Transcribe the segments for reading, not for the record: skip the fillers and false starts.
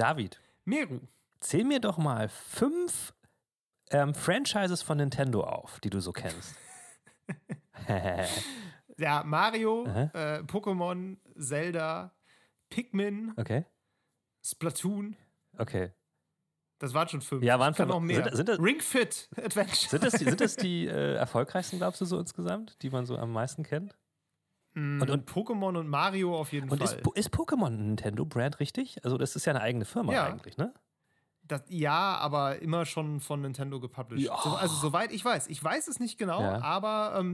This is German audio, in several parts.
David, Meru. zähl mir doch mal 5 Franchises von Nintendo auf, die du so kennst. Ja, Mario, Pokémon, Zelda, Pikmin, Okay. Splatoon. Okay. Das waren schon 5. Ja, waren Ich kann 5. noch mehr. Sind das- Ring Fit Adventure. Sind das die erfolgreichsten, glaubst du, so insgesamt, die man so am meisten kennt? Und Pokémon und Mario auf jeden Und Fall. ist Pokémon ein Nintendo-Brand richtig? Also das ist ja eine eigene Firma Ja. eigentlich, ne? Ja, aber immer schon von Nintendo gepublished. Ja. Also soweit ich weiß. Ich weiß es nicht genau, Ja. aber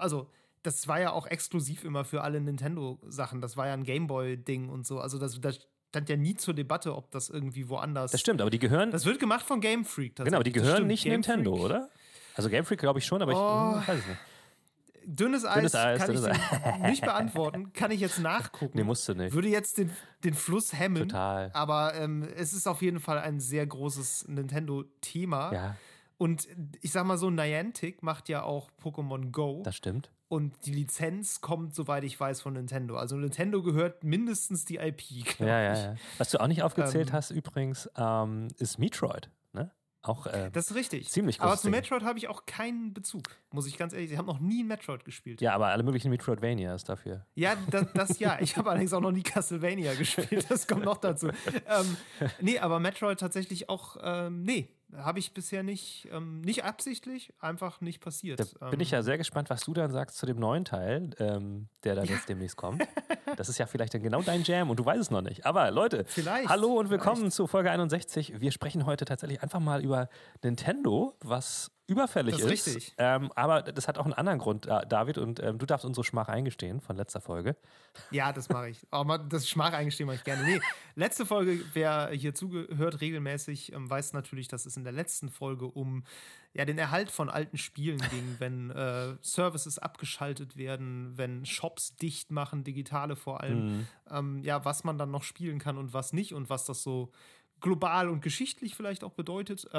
das war ja auch exklusiv immer für alle Nintendo-Sachen. Das war ja ein Gameboy-Ding und so. Also das stand ja nie zur Debatte, ob das irgendwie woanders. Das stimmt, aber die gehören. Das wird gemacht von Game Freak tatsächlich. Genau, die Das gehören stimmt. nicht Game Nintendo, Freak. oder? Also Game Freak glaube ich schon, aber ich weiß es nicht. Dünnes Eis, Dünnes Eis, kann dünnes ich dir nicht beantworten. Kann ich jetzt nachgucken. Nee, musst du nicht. Würde jetzt den Fluss hemmen. Total. Aber es ist auf jeden Fall ein sehr großes Nintendo-Thema. Ja, Und ich sag mal so, Niantic macht ja auch Pokémon Go. das stimmt. Und die Lizenz kommt, soweit ich weiß, von Nintendo. Also Nintendo gehört mindestens die IP, glaub ich. Ja. Was du auch nicht aufgezählt hast übrigens, ist Metroid, ne? Auch Das ist richtig. ziemlich Aber großes zu Ding. Metroid habe ich auch keinen Bezug, muss ich ganz ehrlich sagen. Ich habe noch nie ein Metroid gespielt. Ja, aber alle möglichen Metroidvanias dafür. Ja, das ja. Ich habe allerdings auch noch nie Castlevania gespielt. Das kommt noch dazu. Nee, aber Metroid tatsächlich auch, nee, habe ich bisher nicht absichtlich, einfach nicht passiert. Da bin ich ja sehr gespannt, was du dann sagst zu dem neuen Teil, der dann jetzt demnächst kommt. Das ist ja vielleicht dann genau dein Jam und du weißt es noch nicht. Aber Leute, Vielleicht. hallo und willkommen zu Folge 61. Wir sprechen heute tatsächlich einfach mal über Nintendo, was überfällig Das ist richtig. Aber das hat auch einen anderen Grund, David, und du darfst unsere Schmach eingestehen von letzter Folge. Ja, das mache ich. Aber das Schmach eingestehen mache ich gerne. Nee, letzte Folge, wer hier zugehört regelmäßig, weiß natürlich, dass es in der letzten Folge um den Erhalt von alten Spielen ging, wenn Services abgeschaltet werden, wenn Shops dicht machen, digitale vor allem, was man dann noch spielen kann und was nicht und was das so global und geschichtlich vielleicht auch bedeutet.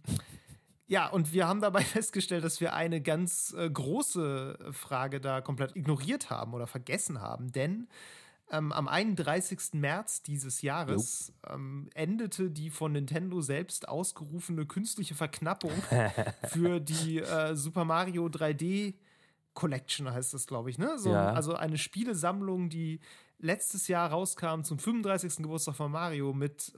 Ja, und wir haben dabei festgestellt, dass wir eine ganz große Frage da komplett ignoriert haben oder vergessen haben. Denn am 31. März dieses Jahres endete die von Nintendo selbst ausgerufene künstliche Verknappung für die Super Mario 3D Collection heißt das, glaube ich, ne? Also eine Spielesammlung, die letztes Jahr rauskam zum 35. Geburtstag von Mario mit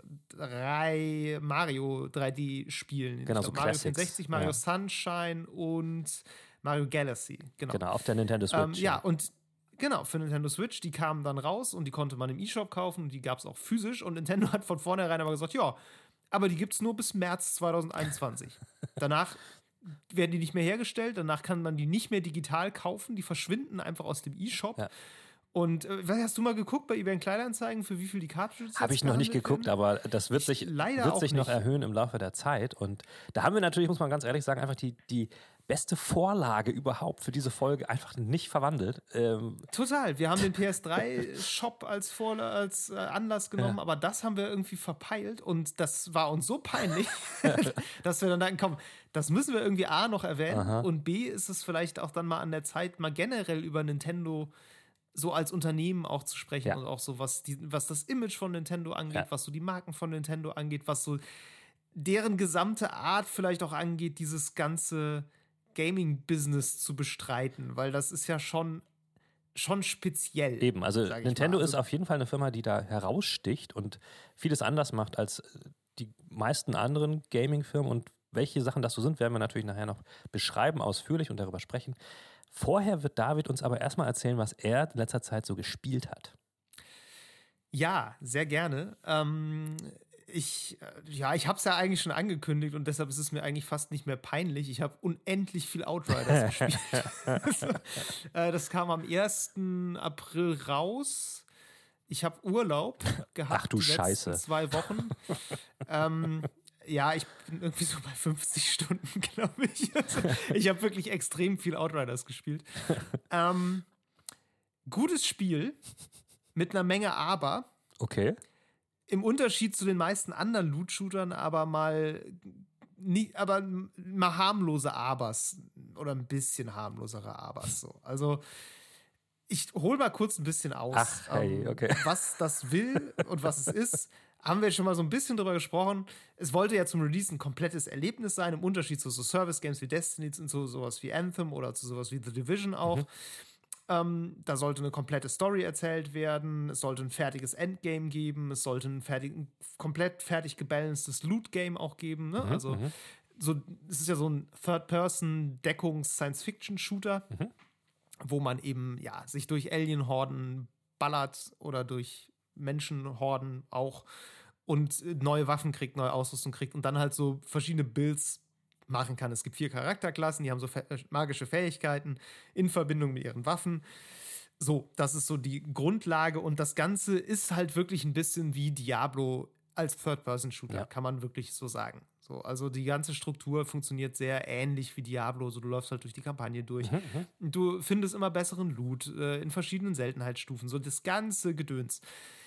3 Mario 3D-Spielen. Genau, Ich so glaub, Mario Classics. 64, Mario Sunshine und Mario Galaxy. Genau, Auf der Nintendo Switch. und genau, für Nintendo Switch, die kamen dann raus und die konnte man im eShop kaufen und die gab es auch physisch und Nintendo hat von vornherein aber gesagt, ja, aber die gibt es nur bis März 2021. Danach werden die nicht mehr hergestellt, danach kann man die nicht mehr digital kaufen, die verschwinden einfach aus dem eShop. Ja. Und hast du mal geguckt bei eBay Kleinanzeigen, für wie viel die Cartridges Habe ich noch nicht gehandelt geguckt, werden? aber das wird sich leider auch noch nicht. erhöhen im Laufe der Zeit. Und da haben wir natürlich, muss man ganz ehrlich sagen, einfach die beste Vorlage überhaupt für diese Folge einfach nicht verwandelt. Total. Wir haben den PS3-Shop als Anlass genommen, aber das haben wir irgendwie verpeilt und das war uns so peinlich, dass wir dann dachten, komm, das müssen wir irgendwie A noch erwähnen und B ist es vielleicht auch dann mal an der Zeit, mal generell über Nintendo so als Unternehmen auch zu sprechen und auch so, was das Image von Nintendo angeht, was so die Marken von Nintendo angeht, was so deren gesamte Art vielleicht auch angeht, dieses ganze Gaming-Business zu bestreiten, weil das ist ja schon speziell. Eben, also sag ich Nintendo mal. ist auf jeden Fall eine Firma, die da heraussticht und vieles anders macht als die meisten anderen Gaming-Firmen. Und welche Sachen das so sind, werden wir natürlich nachher noch beschreiben, ausführlich und darüber sprechen. Vorher wird David uns aber erstmal erzählen, was er in letzter Zeit so gespielt hat. Ja, sehr gerne. Ich habe es ja eigentlich schon angekündigt und deshalb ist es mir eigentlich fast nicht mehr peinlich. Ich habe unendlich viel Outriders gespielt. Das kam am 1. April raus. Ich habe Urlaub gehabt. Ach du die Scheiße. letzten 2 Wochen. Ich bin irgendwie so bei 50 Stunden, glaube ich. Also, ich habe wirklich extrem viel Outriders gespielt. Gutes Spiel mit einer Menge Aber. Okay. Im Unterschied zu den meisten anderen Loot-Shootern aber mal harmlose Abers oder ein bisschen harmlosere Abers. So. Also ich hole mal kurz ein bisschen aus, Ach, hey, okay. was das will und was es ist. haben wir schon mal so ein bisschen drüber gesprochen. Es wollte ja zum Release ein komplettes Erlebnis sein, im Unterschied zu so Service-Games wie Destiny und zu sowas wie Anthem oder zu sowas wie The Division auch. Da sollte eine komplette Story erzählt werden, es sollte ein fertiges Endgame geben, es sollte ein komplett fertig gebalancedes Loot-Game auch geben. Ne? Also so, es ist ja so ein Third-Person-Deckungs-Science-Fiction-Shooter, wo man eben sich durch Alien-Horden ballert oder durch Menschenhorden auch und neue Waffen kriegt, neue Ausrüstung kriegt und dann halt so verschiedene Builds machen kann. Es gibt 4 Charakterklassen, die haben so magische Fähigkeiten in Verbindung mit ihren Waffen. So, das ist so die Grundlage und das Ganze ist halt wirklich ein bisschen wie Diablo als Third-Person-Shooter, kann man wirklich so sagen. So, also die ganze Struktur funktioniert sehr ähnlich wie Diablo. So, du läufst halt durch die Kampagne durch. Du findest immer besseren Loot in verschiedenen Seltenheitsstufen. So das ganze Gedöns.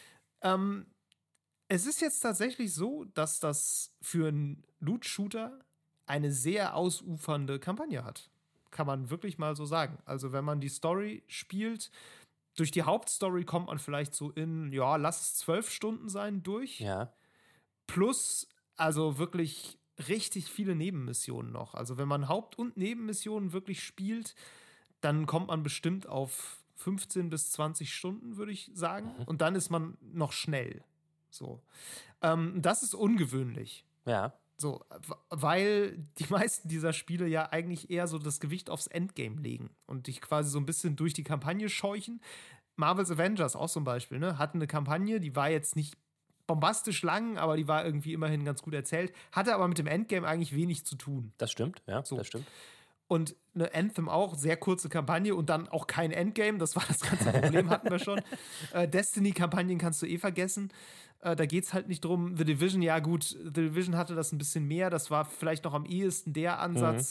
Es ist jetzt tatsächlich so, dass das für einen Loot-Shooter eine sehr ausufernde Kampagne hat. Kann man wirklich mal so sagen. Also wenn man die Story spielt, durch die Hauptstory kommt man vielleicht so in, lass es 12 Stunden sein, durch. Ja. Plus, also wirklich richtig viele Nebenmissionen noch. Also wenn man Haupt- und Nebenmissionen wirklich spielt, dann kommt man bestimmt auf 15 bis 20 Stunden, würde ich sagen. Und dann ist man noch schnell. So. Das ist ungewöhnlich. Ja. So, weil die meisten dieser Spiele ja eigentlich eher so das Gewicht aufs Endgame legen und dich quasi so ein bisschen durch die Kampagne scheuchen. Marvel's Avengers auch zum Beispiel, ne, hatten eine Kampagne, die war jetzt nicht bombastisch lang, aber die war irgendwie immerhin ganz gut erzählt, hatte aber mit dem Endgame eigentlich wenig zu tun. Das stimmt, ja, so. Das stimmt. Und eine Anthem auch, sehr kurze Kampagne und dann auch kein Endgame, das war das ganze Problem, hatten wir schon. Destiny-Kampagnen kannst du vergessen. Da geht es halt nicht drum. The Division, ja gut, The Division hatte das ein bisschen mehr, das war vielleicht noch am ehesten der Ansatz.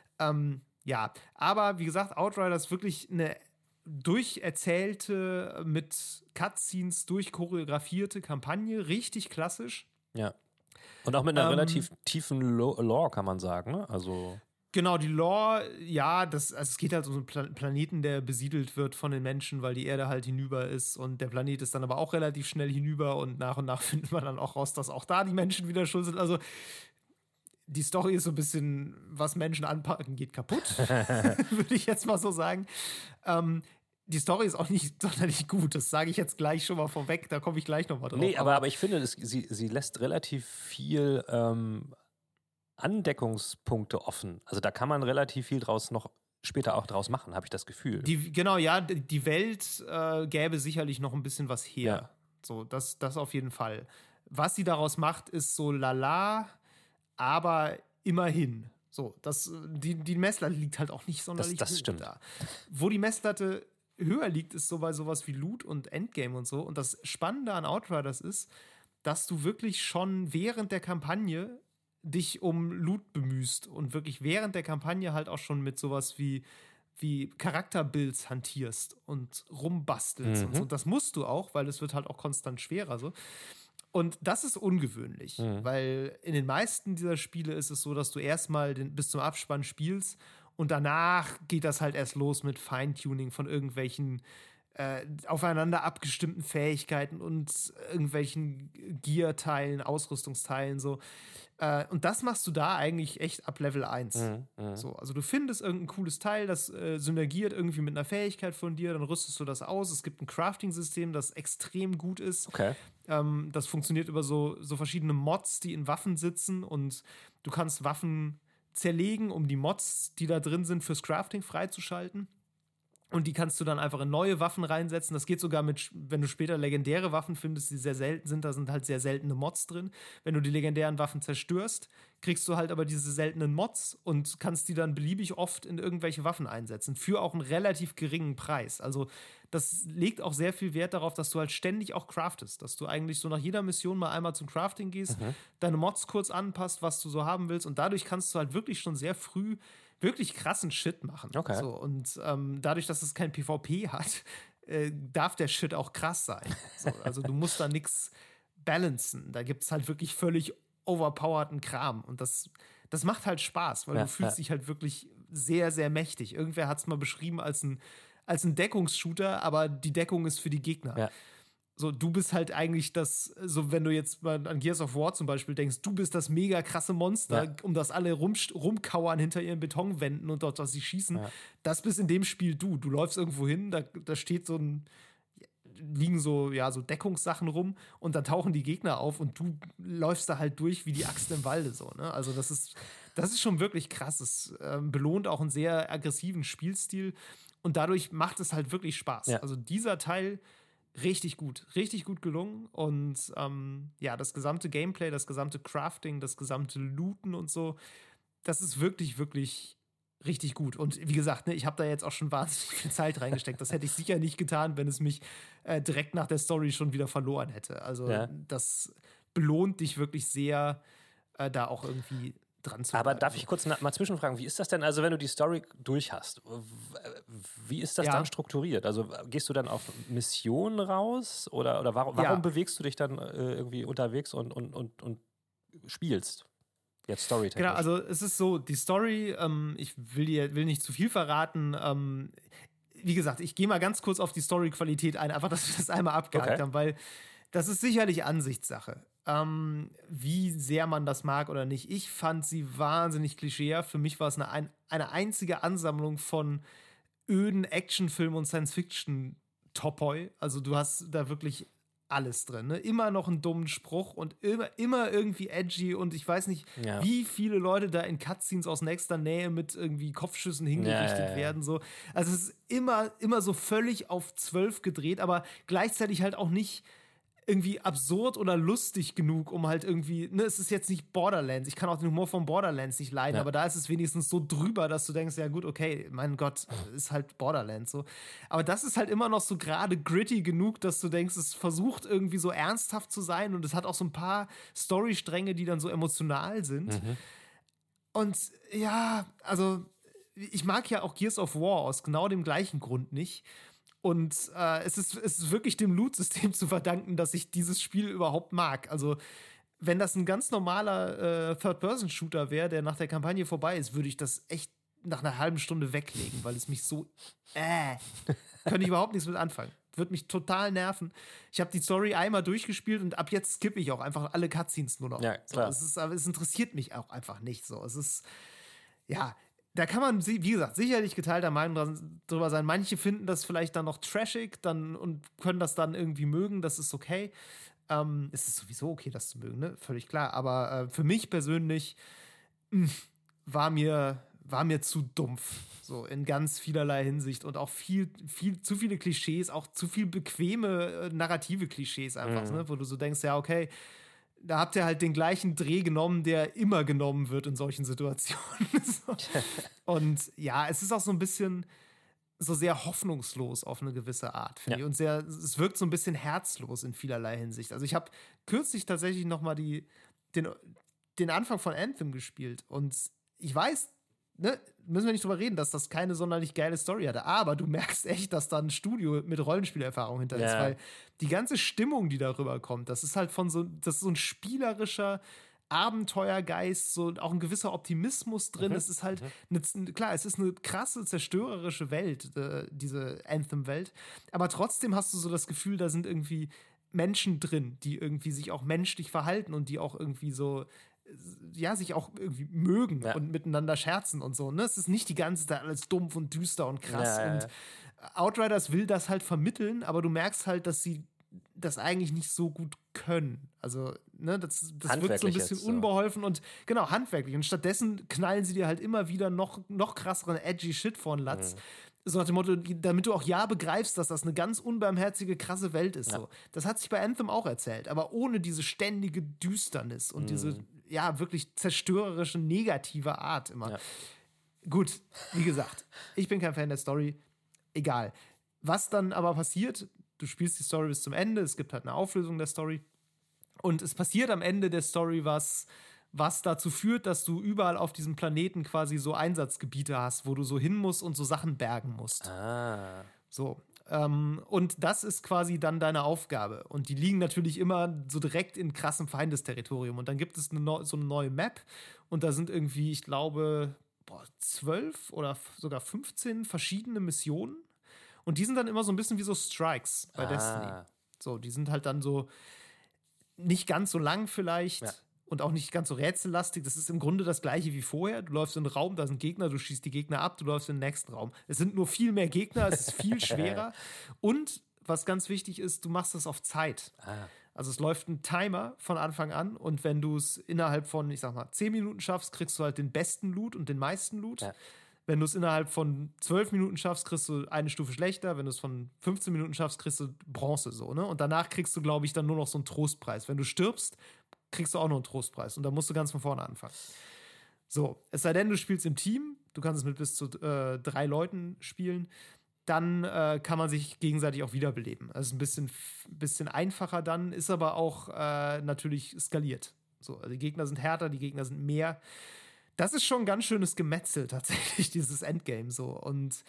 Aber wie gesagt, Outriders ist wirklich eine durcherzählte, mit Cutscenes durchchoreografierte Kampagne, richtig klassisch. Ja. Und auch mit einer relativ tiefen Lore, kann man sagen, ne? Also genau, die Lore, es geht halt um so einen Planeten, der besiedelt wird von den Menschen, weil die Erde halt hinüber ist und der Planet ist dann aber auch relativ schnell hinüber und nach findet man dann auch raus, dass auch da die Menschen wieder schuld sind. Also die Story ist so ein bisschen, was Menschen anpacken, geht kaputt, würde ich jetzt mal so sagen. Die Story ist auch nicht sonderlich gut, das sage ich jetzt gleich schon mal vorweg, da komme ich gleich noch mal drauf. Nee, aber ich finde, sie lässt relativ viel Andeckungspunkte offen. Also da kann man relativ viel später auch draus machen, habe ich das Gefühl. Die Welt gäbe sicherlich noch ein bisschen was her. Ja. So, das auf jeden Fall. Was sie daraus macht, ist so lala, aber immerhin. So, die Messlatte liegt halt auch nicht sonderlich hoch stimmt. Da. Wo die Messlatte höher liegt, ist so bei sowas wie Loot und Endgame und so. Und das Spannende an Outriders ist, dass du wirklich schon während der Kampagne dich um Loot bemühst und wirklich während der Kampagne halt auch schon mit sowas wie Charakterbuilds hantierst und rumbastelst und so. Und das musst du auch, weil es wird halt auch konstant schwerer so. Und das ist ungewöhnlich, weil in den meisten dieser Spiele ist es so, dass du erstmal bis zum Abspann spielst und danach geht das halt erst los mit Feintuning von irgendwelchen aufeinander abgestimmten Fähigkeiten und irgendwelchen Gear-Teilen, Ausrüstungsteilen so. Und das machst du da eigentlich echt ab Level 1. So, also du findest irgendein cooles Teil, das synergiert irgendwie mit einer Fähigkeit von dir, dann rüstest du das aus. Es gibt ein Crafting-System, das extrem gut ist. Okay. Das funktioniert über so verschiedene Mods, die in Waffen sitzen und du kannst Waffen zerlegen, um die Mods, die da drin sind, fürs Crafting freizuschalten. Und die kannst du dann einfach in neue Waffen reinsetzen. Das geht sogar wenn du später legendäre Waffen findest, die sehr selten sind, da sind halt sehr seltene Mods drin. Wenn du die legendären Waffen zerstörst, kriegst du halt aber diese seltenen Mods und kannst die dann beliebig oft in irgendwelche Waffen einsetzen. Für auch einen relativ geringen Preis. Also das legt auch sehr viel Wert darauf, dass du halt ständig auch craftest. Dass du eigentlich so nach jeder Mission mal einmal zum Crafting gehst, deine Mods kurz anpasst, was du so haben willst. Und dadurch kannst du halt wirklich schon sehr früh wirklich krassen Shit machen. Okay. So, und dadurch, dass es kein PvP hat, darf der Shit auch krass sein. So, also du musst da nichts balancen. Da gibt es halt wirklich völlig overpowerten Kram. Und das macht halt Spaß, weil du fühlst dich halt wirklich sehr, sehr mächtig. Irgendwer hat es mal beschrieben als ein Deckungsshooter, aber die Deckung ist für die Gegner. Ja. So, du bist halt eigentlich so wenn du jetzt mal an Gears of War zum Beispiel denkst, du bist das mega krasse Monster, um das alle rumkauern hinter ihren Betonwänden und dort, dass sie schießen. Ja. Das bist in dem Spiel du. Du läufst irgendwo hin, da steht liegen so Deckungssachen rum und dann tauchen die Gegner auf und du läufst da halt durch wie die Axt im Walde. So, ne? Also das ist schon wirklich krass. Es belohnt auch einen sehr aggressiven Spielstil und dadurch macht es halt wirklich Spaß. Ja. Also dieser Teil richtig gut gelungen und das gesamte Gameplay, das gesamte Crafting, das gesamte Looten und so, das ist wirklich, wirklich richtig gut. Und wie gesagt, ne, ich habe da jetzt auch schon wahnsinnig viel Zeit reingesteckt. Das hätte ich sicher nicht getan, wenn es mich direkt nach der Story schon wieder verloren hätte. Also das belohnt dich wirklich sehr, da auch irgendwie dran zu bleiben. Aber darf ich kurz mal zwischenfragen, wie ist das denn, also wenn du die Story durch hast, wie ist das dann strukturiert? Also gehst du dann auf Missionen raus oder warum bewegst du dich dann irgendwie unterwegs und spielst? Jetzt storytechnisch. Genau, also es ist so, die Story, ich will nicht zu viel verraten, wie gesagt, ich gehe mal ganz kurz auf die Story-Qualität ein, einfach, dass wir das einmal abgehakt haben, weil das ist sicherlich Ansichtssache. Wie sehr man das mag oder nicht. Ich fand sie wahnsinnig klischeehaft. Für mich war es eine einzige Ansammlung von öden Actionfilmen und Science-Fiction-Topoi. Also du hast da wirklich alles drin. Ne? Immer noch einen dummen Spruch und immer irgendwie edgy und ich weiß nicht, wie viele Leute da in Cutscenes aus nächster Nähe mit irgendwie Kopfschüssen hingerichtet werden. So. Also es ist immer so völlig auf 12 gedreht, aber gleichzeitig halt auch nicht irgendwie absurd oder lustig genug, um halt irgendwie, ne, es ist jetzt nicht Borderlands. Ich kann auch den Humor von Borderlands nicht leiden, aber da ist es wenigstens so drüber, dass du denkst, ja gut, okay, mein Gott, ist halt Borderlands so. Aber das ist halt immer noch so gerade gritty genug, dass du denkst, es versucht irgendwie so ernsthaft zu sein und es hat auch so ein paar Storystränge, die dann so emotional sind. Und ja, also ich mag ja auch Gears of War aus genau dem gleichen Grund nicht. Und es ist wirklich dem Loot-System zu verdanken, dass ich dieses Spiel überhaupt mag. Also, wenn das ein ganz normaler Third-Person-Shooter wäre, der nach der Kampagne vorbei ist, würde ich das echt nach einer halben Stunde weglegen, weil es mich so könnte ich überhaupt nichts mit anfangen. Würde mich total nerven. Ich habe die Story einmal durchgespielt und ab jetzt skippe ich auch einfach alle Cutscenes nur noch. Ja, klar. So, aber es interessiert mich auch einfach nicht so. Es ist, da kann man, wie gesagt, sicherlich geteilter Meinung drüber sein. Manche finden das vielleicht dann noch trashig und können das dann irgendwie mögen. Das ist okay. Es ist sowieso okay, das zu mögen, ne? Völlig klar. Aber für mich persönlich war mir zu dumpf. So in ganz vielerlei Hinsicht. Und auch viel zu viele Klischees, auch zu viel bequeme narrative Klischees einfach, ne? Wo du so denkst, ja, okay, da habt ihr halt den gleichen Dreh genommen, der immer genommen wird in solchen Situationen. So. Und ja, es ist auch so ein bisschen so sehr hoffnungslos auf eine gewisse Art, finde ich. Und es wirkt so ein bisschen herzlos in vielerlei Hinsicht. Also ich habe kürzlich tatsächlich noch mal den Anfang von Anthem gespielt. Und ich weiß, ne, müssen wir nicht drüber reden, dass das keine sonderlich geile Story hatte. Aber du merkst echt, dass da ein Studio mit Rollenspielerfahrung hinter ist, weil die ganze Stimmung, die darüber kommt, das ist halt das ist so ein spielerischer Abenteuergeist, so auch ein gewisser Optimismus drin. Es ist halt, klar, es ist eine krasse, zerstörerische Welt, diese Anthem-Welt. Aber trotzdem hast du so das Gefühl, da sind irgendwie Menschen drin, die irgendwie sich auch menschlich verhalten und die auch irgendwie so sich auch irgendwie mögen und miteinander scherzen und so. Ne? Es ist nicht die ganze Zeit alles dumpf und düster und krass. Und Outriders will das halt vermitteln, aber du merkst halt, dass sie das eigentlich nicht so gut können. Also, ne, das wirkt so ein bisschen unbeholfen und genau, handwerklich. Und stattdessen knallen sie dir halt immer wieder noch krasseren edgy Shit vor den Latz. So nach dem Motto, damit du auch begreifst, dass das eine ganz unbarmherzige, krasse Welt ist. So. Das hat sich bei Anthem auch erzählt, aber ohne diese ständige Düsternis und diese wirklich zerstörerische, negative Art immer. Ja. Gut, wie gesagt, ich bin kein Fan der Story. Egal. Was dann aber passiert, du spielst die Story bis zum Ende, es gibt halt eine Auflösung der Story und es passiert am Ende der Story was dazu führt, dass du überall auf diesem Planeten quasi so Einsatzgebiete hast, wo du so hin musst und so Sachen bergen musst. So. Und das ist quasi dann deine Aufgabe. Und die liegen natürlich immer so direkt in krassem Feindesterritorium. Und dann gibt es so eine neue Map und da sind irgendwie, ich glaube, 12 oder sogar 15 verschiedene Missionen. Und die sind dann immer so ein bisschen wie so Strikes bei Destiny. So, die sind halt dann so nicht ganz so lang vielleicht und auch nicht ganz so rätsellastig. Das ist im Grunde das gleiche wie vorher. Du läufst in einen Raum, da sind Gegner, du schießt die Gegner ab, du läufst in den nächsten Raum. Es sind nur viel mehr Gegner, es ist viel schwerer. Und was ganz wichtig ist, du machst das auf Zeit. Also es läuft ein Timer von Anfang an und wenn du es innerhalb von, ich sag mal, 10 Minuten schaffst, kriegst du halt den besten Loot und den meisten Loot. Ja. Wenn du es innerhalb von 12 Minuten schaffst, kriegst du eine Stufe schlechter. Wenn du es von 15 Minuten schaffst, kriegst du Bronze so, ne? Und danach kriegst du, glaube ich, dann nur noch so einen Trostpreis. Wenn du stirbst, kriegst du auch noch einen Trostpreis. Und dann musst du ganz von vorne anfangen. So, es sei denn, du spielst im Team. Du kannst es mit bis zu 3 Leuten spielen. Dann kann man sich gegenseitig auch wiederbeleben. Also ein bisschen einfacher dann, ist aber auch natürlich skaliert. So, also die Gegner sind härter, die Gegner sind mehr. Das ist schon ein ganz schönes Gemetzel tatsächlich, dieses Endgame so. Und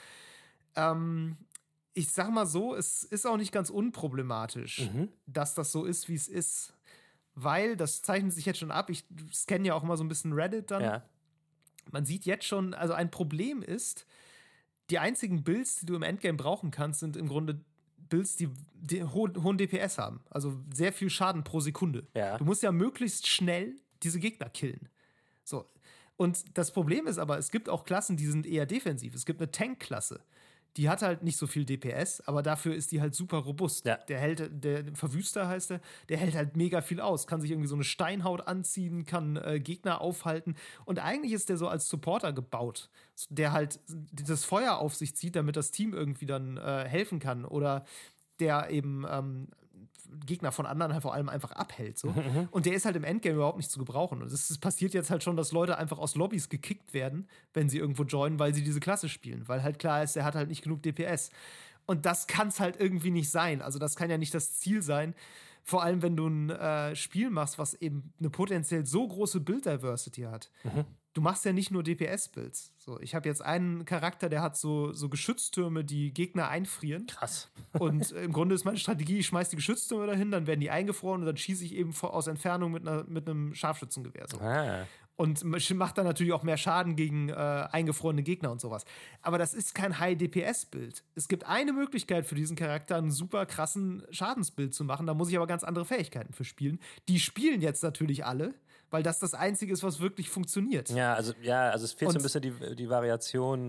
ich sag mal so, es ist auch nicht ganz unproblematisch, dass das so ist, wie es ist. Weil, das zeichnet sich jetzt schon ab, ich scanne ja auch immer so ein bisschen Reddit dann. Ja. Man sieht jetzt schon, also ein Problem ist, die einzigen Builds, die du im Endgame brauchen kannst, sind im Grunde Builds, die hohen DPS haben. Also sehr viel Schaden pro Sekunde. Ja. Du musst ja möglichst schnell diese Gegner killen. So. Und das Problem ist aber, es gibt auch Klassen, die sind eher defensiv. Es gibt eine Tank-Klasse. Die hat halt nicht so viel DPS, aber dafür ist die halt super robust. Ja. Der Verwüster heißt der hält halt mega viel aus, kann sich irgendwie so eine Steinhaut anziehen, kann Gegner aufhalten. Und eigentlich ist der so als Supporter gebaut, der halt das Feuer auf sich zieht, damit das Team irgendwie dann helfen kann. Oder der eben Gegner von anderen halt vor allem einfach abhält. So. Und der ist halt im Endgame überhaupt nicht zu gebrauchen. Und es passiert jetzt halt schon, dass Leute einfach aus Lobbys gekickt werden, wenn sie irgendwo joinen, weil sie diese Klasse spielen. Weil halt klar ist, er hat halt nicht genug DPS. Und das kann es halt irgendwie nicht sein. Also das kann ja nicht das Ziel sein. Vor allem, wenn du ein Spiel machst, was eben eine potenziell so große Build-Diversity hat. Du machst ja nicht nur DPS-Builds. So, ich habe jetzt einen Charakter, der hat so Geschütztürme, die Gegner einfrieren. Krass. Und im Grunde ist meine Strategie, ich schmeiß die Geschütztürme dahin, dann werden die eingefroren und dann schieße ich eben aus Entfernung mit einem Scharfschützengewehr. So. Und macht dann natürlich auch mehr Schaden gegen eingefrorene Gegner und sowas. Aber das ist kein High-DPS-Bild. Es gibt eine Möglichkeit für diesen Charakter, einen super krassen Schadensbild zu machen. Da muss ich aber ganz andere Fähigkeiten für spielen. Die spielen jetzt natürlich alle, weil das Einzige ist, was wirklich funktioniert. Ja, also es fehlt so ein bisschen die Variation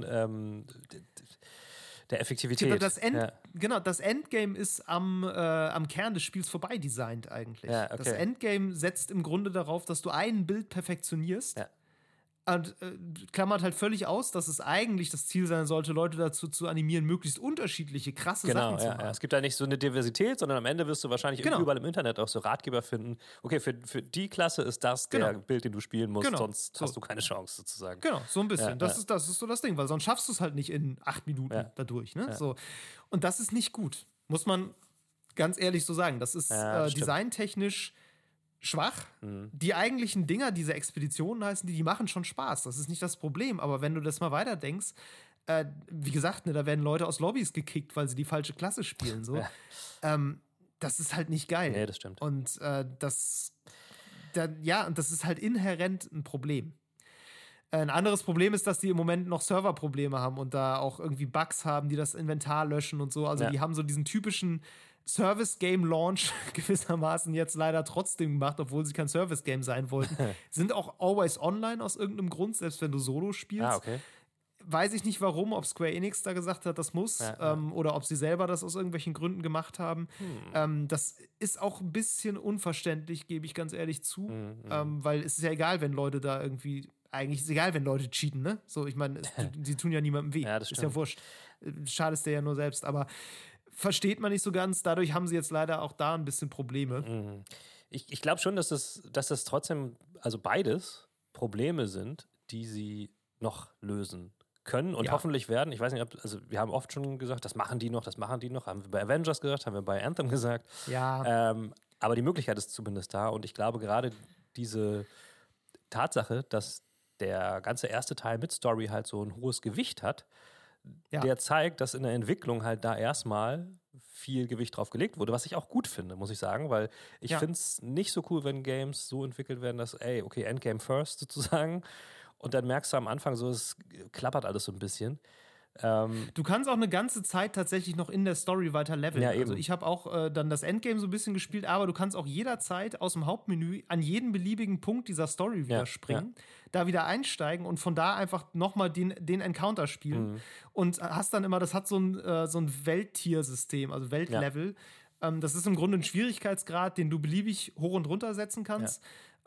der Effektivität. Genau, das Endgame ist am Kern des Spiels vorbei designt eigentlich. Ja, okay. Das Endgame setzt im Grunde darauf, dass du ein Bild perfektionierst. Ja. Und klammert halt völlig aus, dass es eigentlich das Ziel sein sollte, Leute dazu zu animieren, möglichst unterschiedliche, krasse Sachen zu machen. Ja. Es gibt da nicht so eine Diversität, sondern am Ende wirst du wahrscheinlich überall im Internet auch so Ratgeber finden. Okay, für die Klasse ist das der Bild, den du spielen musst, sonst hast du keine Chance sozusagen. Genau, so ein bisschen. Das ist so das Ding, weil sonst schaffst du es halt nicht in 8 Minuten dadurch. Ne? Ja. So. Und das ist nicht gut, muss man ganz ehrlich so sagen. Das ist designtechnisch schwach. Die eigentlichen Dinger, diese Expeditionen heißen die machen schon Spaß. Das ist nicht das Problem. Aber wenn du das mal weiterdenkst, wie gesagt, da werden Leute aus Lobbys gekickt, weil sie die falsche Klasse spielen. So. Das ist halt nicht geil. Nee, das stimmt. Und das ist halt inhärent ein Problem. Ein anderes Problem ist, dass die im Moment noch Serverprobleme haben und da auch irgendwie Bugs haben, die das Inventar löschen und so. Also die haben so diesen typischen Service-Game-Launch gewissermaßen jetzt leider trotzdem gemacht, obwohl sie kein Service-Game sein wollten. Sind auch always online aus irgendeinem Grund, selbst wenn du Solo spielst. Okay. Weiß ich nicht warum, ob Square Enix da gesagt hat, das muss, oder ob sie selber das aus irgendwelchen Gründen gemacht haben. Das ist auch ein bisschen unverständlich, gebe ich ganz ehrlich zu, weil es ist ja egal, wenn Leute da irgendwie, eigentlich ist es egal, wenn Leute cheaten, ne? So, ich meine, sie tun ja niemandem weh. Ja, ist ja wurscht. Schadest dir ja nur selbst, aber versteht man nicht so ganz. Dadurch haben sie jetzt leider auch da ein bisschen Probleme. Ich glaube schon, dass das trotzdem, also beides Probleme sind, die sie noch lösen können und hoffentlich werden. Ich weiß nicht, wir haben oft schon gesagt, das machen die noch. Haben wir bei Avengers gesagt, haben wir bei Anthem gesagt. Ja. Aber die Möglichkeit ist zumindest da und ich glaube gerade diese Tatsache, dass der ganze erste Teil mit Story halt so ein hohes Gewicht hat, der zeigt, dass in der Entwicklung halt da erstmal viel Gewicht drauf gelegt wurde, was ich auch gut finde, muss ich sagen, weil ich finde es nicht so cool, wenn Games so entwickelt werden, dass, Endgame first sozusagen und dann merkst du am Anfang so, es klappert alles so ein bisschen. Du kannst auch eine ganze Zeit tatsächlich noch in der Story weiter leveln. Ja, eben. Also ich habe auch dann das Endgame so ein bisschen gespielt, aber du kannst auch jederzeit aus dem Hauptmenü an jeden beliebigen Punkt dieser Story wieder springen, da wieder einsteigen und von da einfach nochmal den Encounter spielen. Und hast dann immer, das hat so ein Welttiersystem, also Weltlevel. Das ist im Grunde ein Schwierigkeitsgrad, den du beliebig hoch und runter setzen kannst.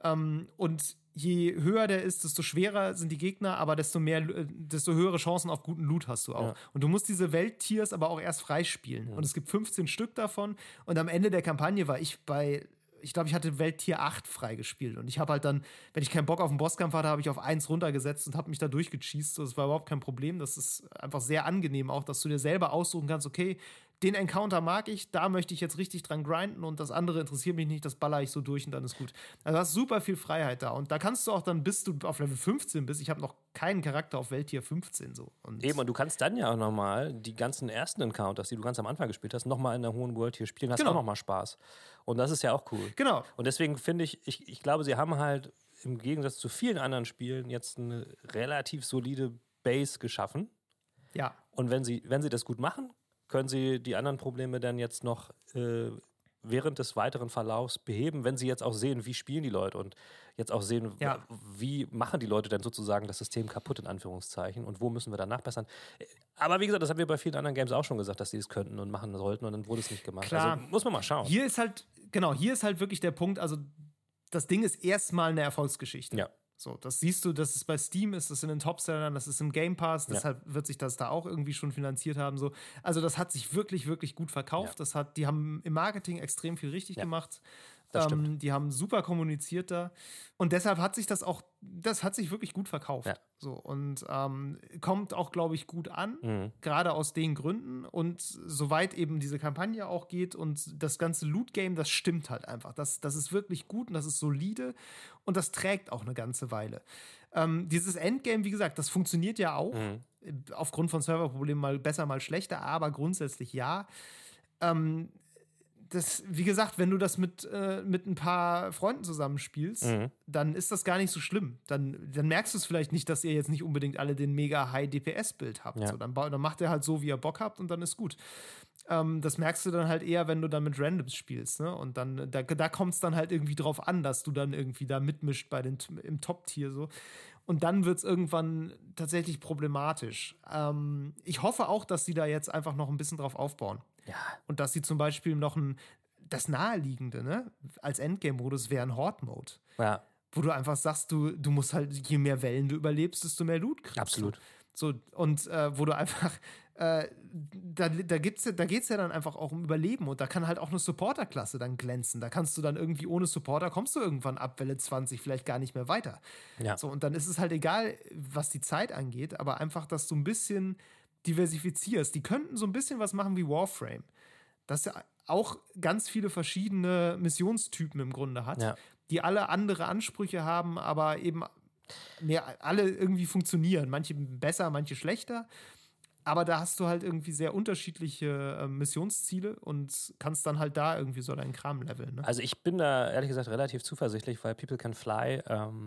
Und je höher der ist, desto schwerer sind die Gegner, aber desto höhere Chancen auf guten Loot hast du auch. Ja. Und du musst diese Welttiers aber auch erst freispielen. Und es gibt 15 Stück davon. Und am Ende der Kampagne war ich glaube, ich hatte Welttier 8 freigespielt. Und ich habe halt dann, wenn ich keinen Bock auf den Bosskampf hatte, habe ich auf 1 runtergesetzt und habe mich da durchgecheast. So, das war überhaupt kein Problem. Das ist einfach sehr angenehm auch, dass du dir selber aussuchen kannst, okay, den Encounter mag ich, da möchte ich jetzt richtig dran grinden und das andere interessiert mich nicht, das baller ich so durch und dann ist gut. Also du hast super viel Freiheit da und da kannst du auch dann, bis du auf Level 15 bist, ich habe noch keinen Charakter auf Welttier 15 so. Und Eben, und du kannst dann ja auch nochmal die ganzen ersten Encounters, die du ganz am Anfang gespielt hast, nochmal in der hohen World hier spielen, hast auch nochmal Spaß. Und das ist ja auch cool. Genau. Und deswegen finde ich glaube, sie haben halt im Gegensatz zu vielen anderen Spielen jetzt eine relativ solide Base geschaffen. Ja. Und wenn sie das gut machen, können sie die anderen Probleme dann jetzt noch während des weiteren Verlaufs beheben, wenn sie jetzt auch sehen, wie spielen die Leute und jetzt auch sehen, wie machen die Leute denn sozusagen das System kaputt, in Anführungszeichen, und wo müssen wir dann nachbessern. Aber wie gesagt, das haben wir bei vielen anderen Games auch schon gesagt, dass sie es könnten und machen sollten und dann wurde es nicht gemacht. Klar. Also muss man mal schauen. Hier ist halt wirklich der Punkt, also das Ding ist erstmal eine Erfolgsgeschichte. Ja. So, das siehst du, dass es bei Steam ist, das ist in den Top-Sellern, das ist im Game Pass, deshalb wird sich das da auch irgendwie schon finanziert haben. So. Also das hat sich wirklich, wirklich gut verkauft. Ja. Die haben im Marketing extrem viel richtig gemacht. Das stimmt. Die haben super kommuniziert da. Und deshalb hat sich das hat sich wirklich gut verkauft. Ja. So, und kommt auch, glaube ich, gut an, gerade aus den Gründen. Und soweit eben diese Kampagne auch geht und das ganze Loot-Game, das stimmt halt einfach. Das ist wirklich gut und das ist solide und das trägt auch eine ganze Weile. Dieses Endgame, wie gesagt, das funktioniert ja auch. Aufgrund von Serverproblemen mal besser, mal schlechter, aber grundsätzlich ja. Wie gesagt, wenn du das mit ein paar Freunden zusammenspielst, dann ist das gar nicht so schlimm. Dann merkst du es vielleicht nicht, dass ihr jetzt nicht unbedingt alle den mega High DPS-Bild habt. Ja. So, dann macht er halt so, wie er Bock habt und dann ist gut. Das merkst du dann halt eher, wenn du dann mit Randoms spielst, ne? Und dann, da kommt es dann halt irgendwie drauf an, dass du dann irgendwie da mitmischt im Top-Tier so. Und dann wird es irgendwann tatsächlich problematisch. Ich hoffe auch, dass sie da jetzt einfach noch ein bisschen drauf aufbauen. Ja. Und dass sie zum Beispiel noch das Naheliegende, ne, als Endgame-Modus wäre ein Horde-Mode. Ja. Wo du einfach sagst, du musst halt, je mehr Wellen du überlebst, desto mehr Loot kriegst. Absolut. So, und wo du einfach, da geht's ja dann einfach auch um Überleben und da kann halt auch eine Supporter-Klasse dann glänzen. Da kannst du dann irgendwie ohne Supporter kommst du irgendwann ab Welle 20 vielleicht gar nicht mehr weiter. Ja. So, und dann ist es halt egal, was die Zeit angeht, aber einfach, dass du ein bisschen diversifizierst. Die könnten so ein bisschen was machen wie Warframe. Das ja auch ganz viele verschiedene Missionstypen im Grunde hat, die alle andere Ansprüche haben, aber eben alle irgendwie funktionieren. Manche besser, manche schlechter. Aber da hast du halt irgendwie sehr unterschiedliche Missionsziele und kannst dann halt da irgendwie so deinen Kram leveln. Ne? Also ich bin da ehrlich gesagt relativ zuversichtlich, weil People Can Fly,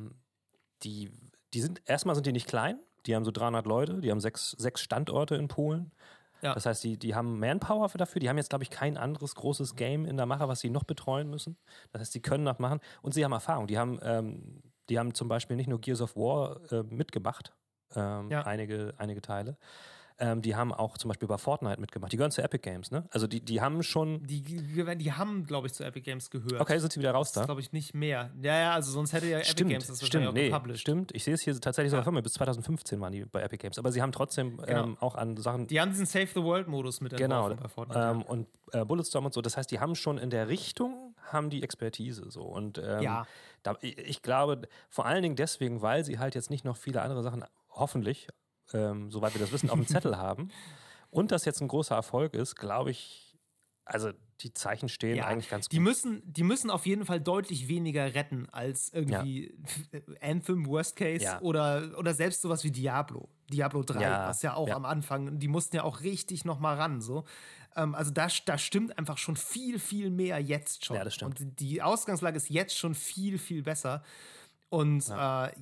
erstmal sind die nicht klein, die haben so 300 Leute, die haben sechs Standorte in Polen. Ja. Das heißt, die haben Manpower dafür. Die haben jetzt, glaube ich, kein anderes großes Game in der Mache, was sie noch betreuen müssen. Das heißt, sie können das machen. Und sie haben Erfahrung. Die haben zum Beispiel nicht nur Gears of War mitgemacht, einige Teile. Die haben auch zum Beispiel bei Fortnite mitgemacht. Die gehören zu Epic Games, ne? Also die haben schon... Die haben, glaube ich, zu Epic Games gehört. Okay, sind sie wieder raus da? Das glaube ich nicht mehr. Ja, also sonst hätte ja Epic Games das wahrscheinlich auch gepublished. Stimmt, ich sehe es hier tatsächlich sogar von mir. Bis 2015 waren die bei Epic Games. Aber sie haben trotzdem auch an Sachen... Die haben diesen Save-the-World-Modus mit entworfen bei Fortnite. Und Bulletstorm und so. Das heißt, die haben schon in der Richtung, haben die Expertise so. Und ich glaube, vor allen Dingen deswegen, weil sie halt jetzt nicht noch viele andere Sachen, hoffentlich, soweit wir das wissen, auf dem Zettel haben. Und das jetzt ein großer Erfolg ist, glaube ich, also die Zeichen stehen eigentlich ganz gut. Die müssen auf jeden Fall deutlich weniger retten als irgendwie Anthem, Worst Case oder selbst sowas wie Diablo 3, was ja auch am Anfang, die mussten ja auch richtig noch mal ran, so. Also da stimmt einfach schon viel, viel mehr jetzt schon. Ja, das stimmt. Und die Ausgangslage ist jetzt schon viel, viel besser. Und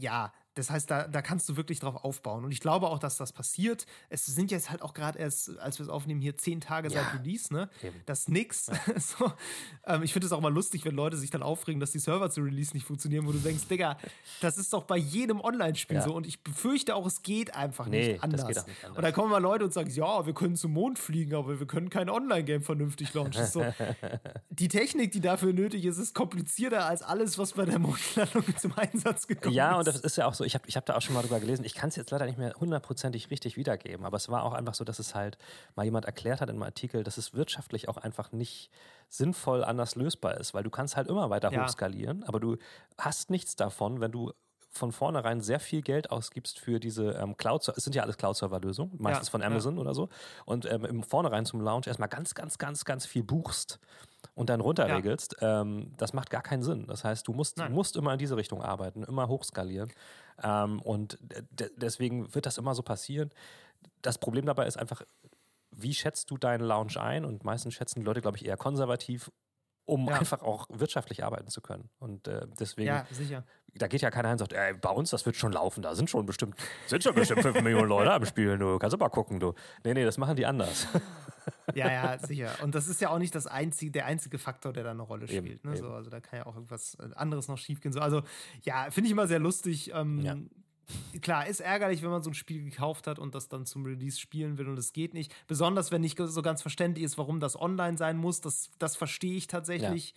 Das heißt, da kannst du wirklich drauf aufbauen. Und ich glaube auch, dass das passiert. Es sind jetzt halt auch gerade erst, als wir es aufnehmen, hier 10 Tage seit Release, ne? Eben. Das ist nix. So, ich finde es auch mal lustig, wenn Leute sich dann aufregen, dass die Server zu Release nicht funktionieren, wo du denkst, Digga, das ist doch bei jedem Online-Spiel so. Und ich befürchte auch, es geht einfach nicht anders. Das geht auch nicht anders. Und dann kommen mal Leute und sagen, ja, wir können zum Mond fliegen, aber wir können kein Online-Game vernünftig launchen. So, die Technik, die dafür nötig ist, ist komplizierter als alles, was bei der Mondlandung zum Einsatz gekommen ist. Ja, und das ist ja auch so, ich hab da auch schon mal drüber gelesen, ich kann es jetzt leider nicht mehr hundertprozentig richtig wiedergeben, aber es war auch einfach so, dass es halt mal jemand erklärt hat in einem Artikel, dass es wirtschaftlich auch einfach nicht sinnvoll anders lösbar ist, weil du kannst halt immer weiter hochskalieren, aber du hast nichts davon, wenn du von vornherein sehr viel Geld ausgibst für diese Cloud-Server, es sind ja alles Cloud-Server-Lösungen, meistens von Amazon oder so, und im Vornherein zum Launch erstmal ganz viel buchst und dann runterregelst, das macht gar keinen Sinn. Das heißt, du musst immer in diese Richtung arbeiten, immer hochskalieren. Und deswegen wird das immer so passieren. Das Problem dabei ist einfach, wie schätzt du deinen Launch ein? Und meistens schätzen die Leute, glaube ich, eher konservativ, um einfach auch wirtschaftlich arbeiten zu können. Und deswegen, sicher. Da geht ja keiner hin und sagt, ey, bei uns, das wird schon laufen, da sind schon bestimmt 5 Millionen Leute am Spiel, du kannst aber gucken, du. Nee, das machen die anders. Ja, sicher. Und das ist ja auch nicht der einzige Faktor, der da eine Rolle spielt. Ne? So, also da kann ja auch irgendwas anderes noch schiefgehen. So, also ja, finde ich immer sehr lustig. Klar, ist ärgerlich, wenn man so ein Spiel gekauft hat und das dann zum Release spielen will und es geht nicht. Besonders, wenn nicht so ganz verständlich ist, warum das online sein muss. Das verstehe ich tatsächlich.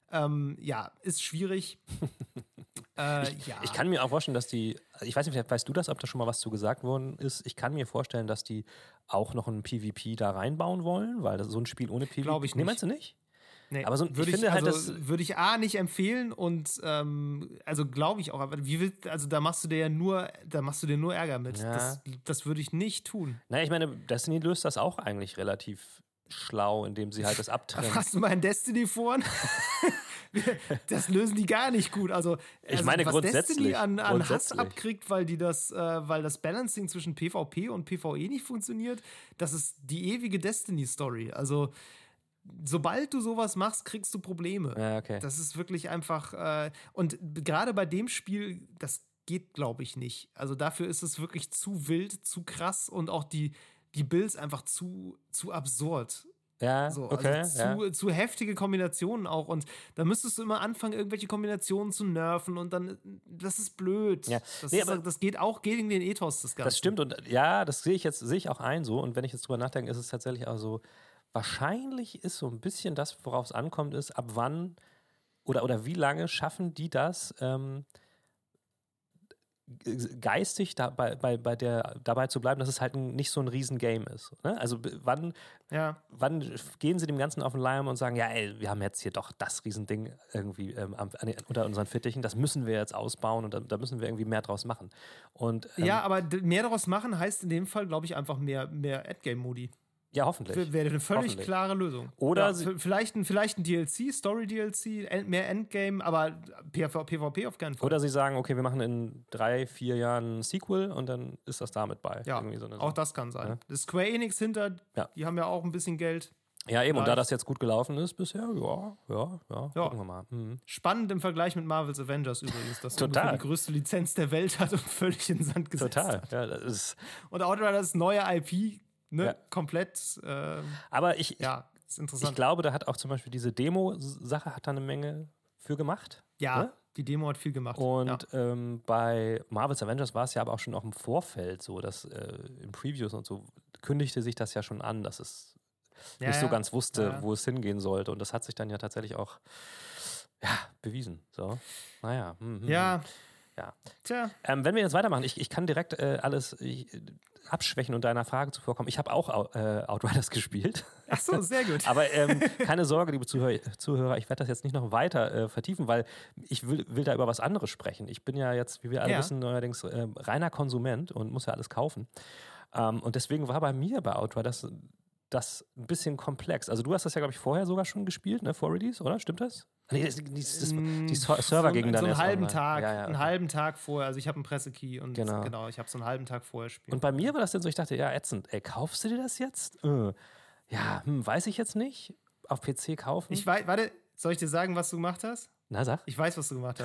Ist schwierig. Ich kann mir auch vorstellen, dass ich weiß nicht, weißt du das, ob da schon mal was zu gesagt worden ist? Ich kann mir vorstellen, dass die auch noch ein PvP da reinbauen wollen, weil so ein Spiel ohne PvP. Glaube ich nicht. Nee, meinst du nicht? Nee, aber würde ich A nicht empfehlen und also glaube ich auch, aber da machst du dir nur Ärger mit. Ja. Das würde ich nicht tun. Naja, ich meine, Destiny löst das auch eigentlich relativ schlau, indem sie halt das abtrennen. Hast du mal in Destiny vor? Das lösen die gar nicht gut. Also ich meine, was grundsätzlich. Destiny an Hass abkriegt, weil das Balancing zwischen PvP und PvE nicht funktioniert, das ist die ewige Destiny-Story. Also sobald du sowas machst, kriegst du Probleme. Ja, okay. Das ist wirklich einfach und gerade bei dem Spiel, das geht, glaube ich, nicht. Also dafür ist es wirklich zu wild, zu krass und auch die Builds einfach zu absurd. Ja, so, okay. Also zu heftige Kombinationen auch. Und da müsstest du immer anfangen, irgendwelche Kombinationen zu nerven und dann, das ist blöd. Ja. Das geht auch gegen den Ethos des Ganzen. Das stimmt und ja, das sehe ich auch ein so. Und wenn ich jetzt drüber nachdenke, ist es tatsächlich auch so, wahrscheinlich ist so ein bisschen das, worauf es ankommt, ist, ab wann oder wie lange schaffen die das, geistig dabei zu bleiben, dass es halt nicht so ein Riesengame ist. Ne? Also wann gehen sie dem Ganzen auf den Leim und sagen, ja ey, wir haben jetzt hier doch das Riesending irgendwie unter unseren Fittichen, das müssen wir jetzt ausbauen und da müssen wir irgendwie mehr draus machen. Und, aber mehr daraus machen heißt in dem Fall, glaube ich, einfach mehr Endgame-Modi. Ja, hoffentlich. Wäre eine völlig klare Lösung. Oder vielleicht ein DLC, Story-DLC, mehr Endgame, aber PvP auf keinen Fall. Oder sie sagen, okay, wir machen in 3-4 Jahren ein Sequel und dann ist das damit bei. Ja, auch das kann sein. Das Square Enix hinter, die haben ja auch ein bisschen Geld. Ja, eben, und da das jetzt gut gelaufen ist bisher, gucken wir mal. Spannend im Vergleich mit Marvel's Avengers übrigens, dass Total. die größte Lizenz der Welt hat und völlig in den Sand gesetzt hat. Ja, das ist und Outriders neue IP, komplett. Aber ist interessant. Ich glaube, da hat auch zum Beispiel diese Demo-Sache hat da eine Menge für gemacht. Ja, ne? Die Demo hat viel gemacht. Und bei Marvel's Avengers war es ja aber auch schon auch im Vorfeld so, dass in Previews und so kündigte sich das ja schon an, dass es nicht so ganz wusste, wo es hingehen sollte. Und das hat sich dann ja tatsächlich auch bewiesen. So, naja. Ja. Tja. Wenn wir jetzt weitermachen, ich kann direkt alles abschwächen und deiner Frage zuvorkommen. Ich habe auch Outriders gespielt. Ach so, sehr gut. Aber keine Sorge, liebe Zuhörer, ich werde das jetzt nicht noch weiter vertiefen, weil ich will da über was anderes sprechen. Ich bin ja jetzt, wie wir alle wissen, neuerdings reiner Konsument und muss ja alles kaufen. Und deswegen war bei mir bei Outriders das ein bisschen komplex. Also du hast das ja, glaube ich, vorher sogar schon gespielt, ne, vor Release, oder? Stimmt das? Nee, die Server gingen dann so einen erst halben online. Tag, okay. einen halben Tag vorher. Also ich habe einen Pressekey und genau ich habe so einen halben Tag vorher gespielt. Und bei mir war das dann so, ich dachte, ja, ätzend. Ey, kaufst du dir das jetzt? Weiß ich jetzt nicht. Auf PC kaufen? Warte, soll ich dir sagen, was du gemacht hast? Na, sag. Ich weiß, was du gemacht hast.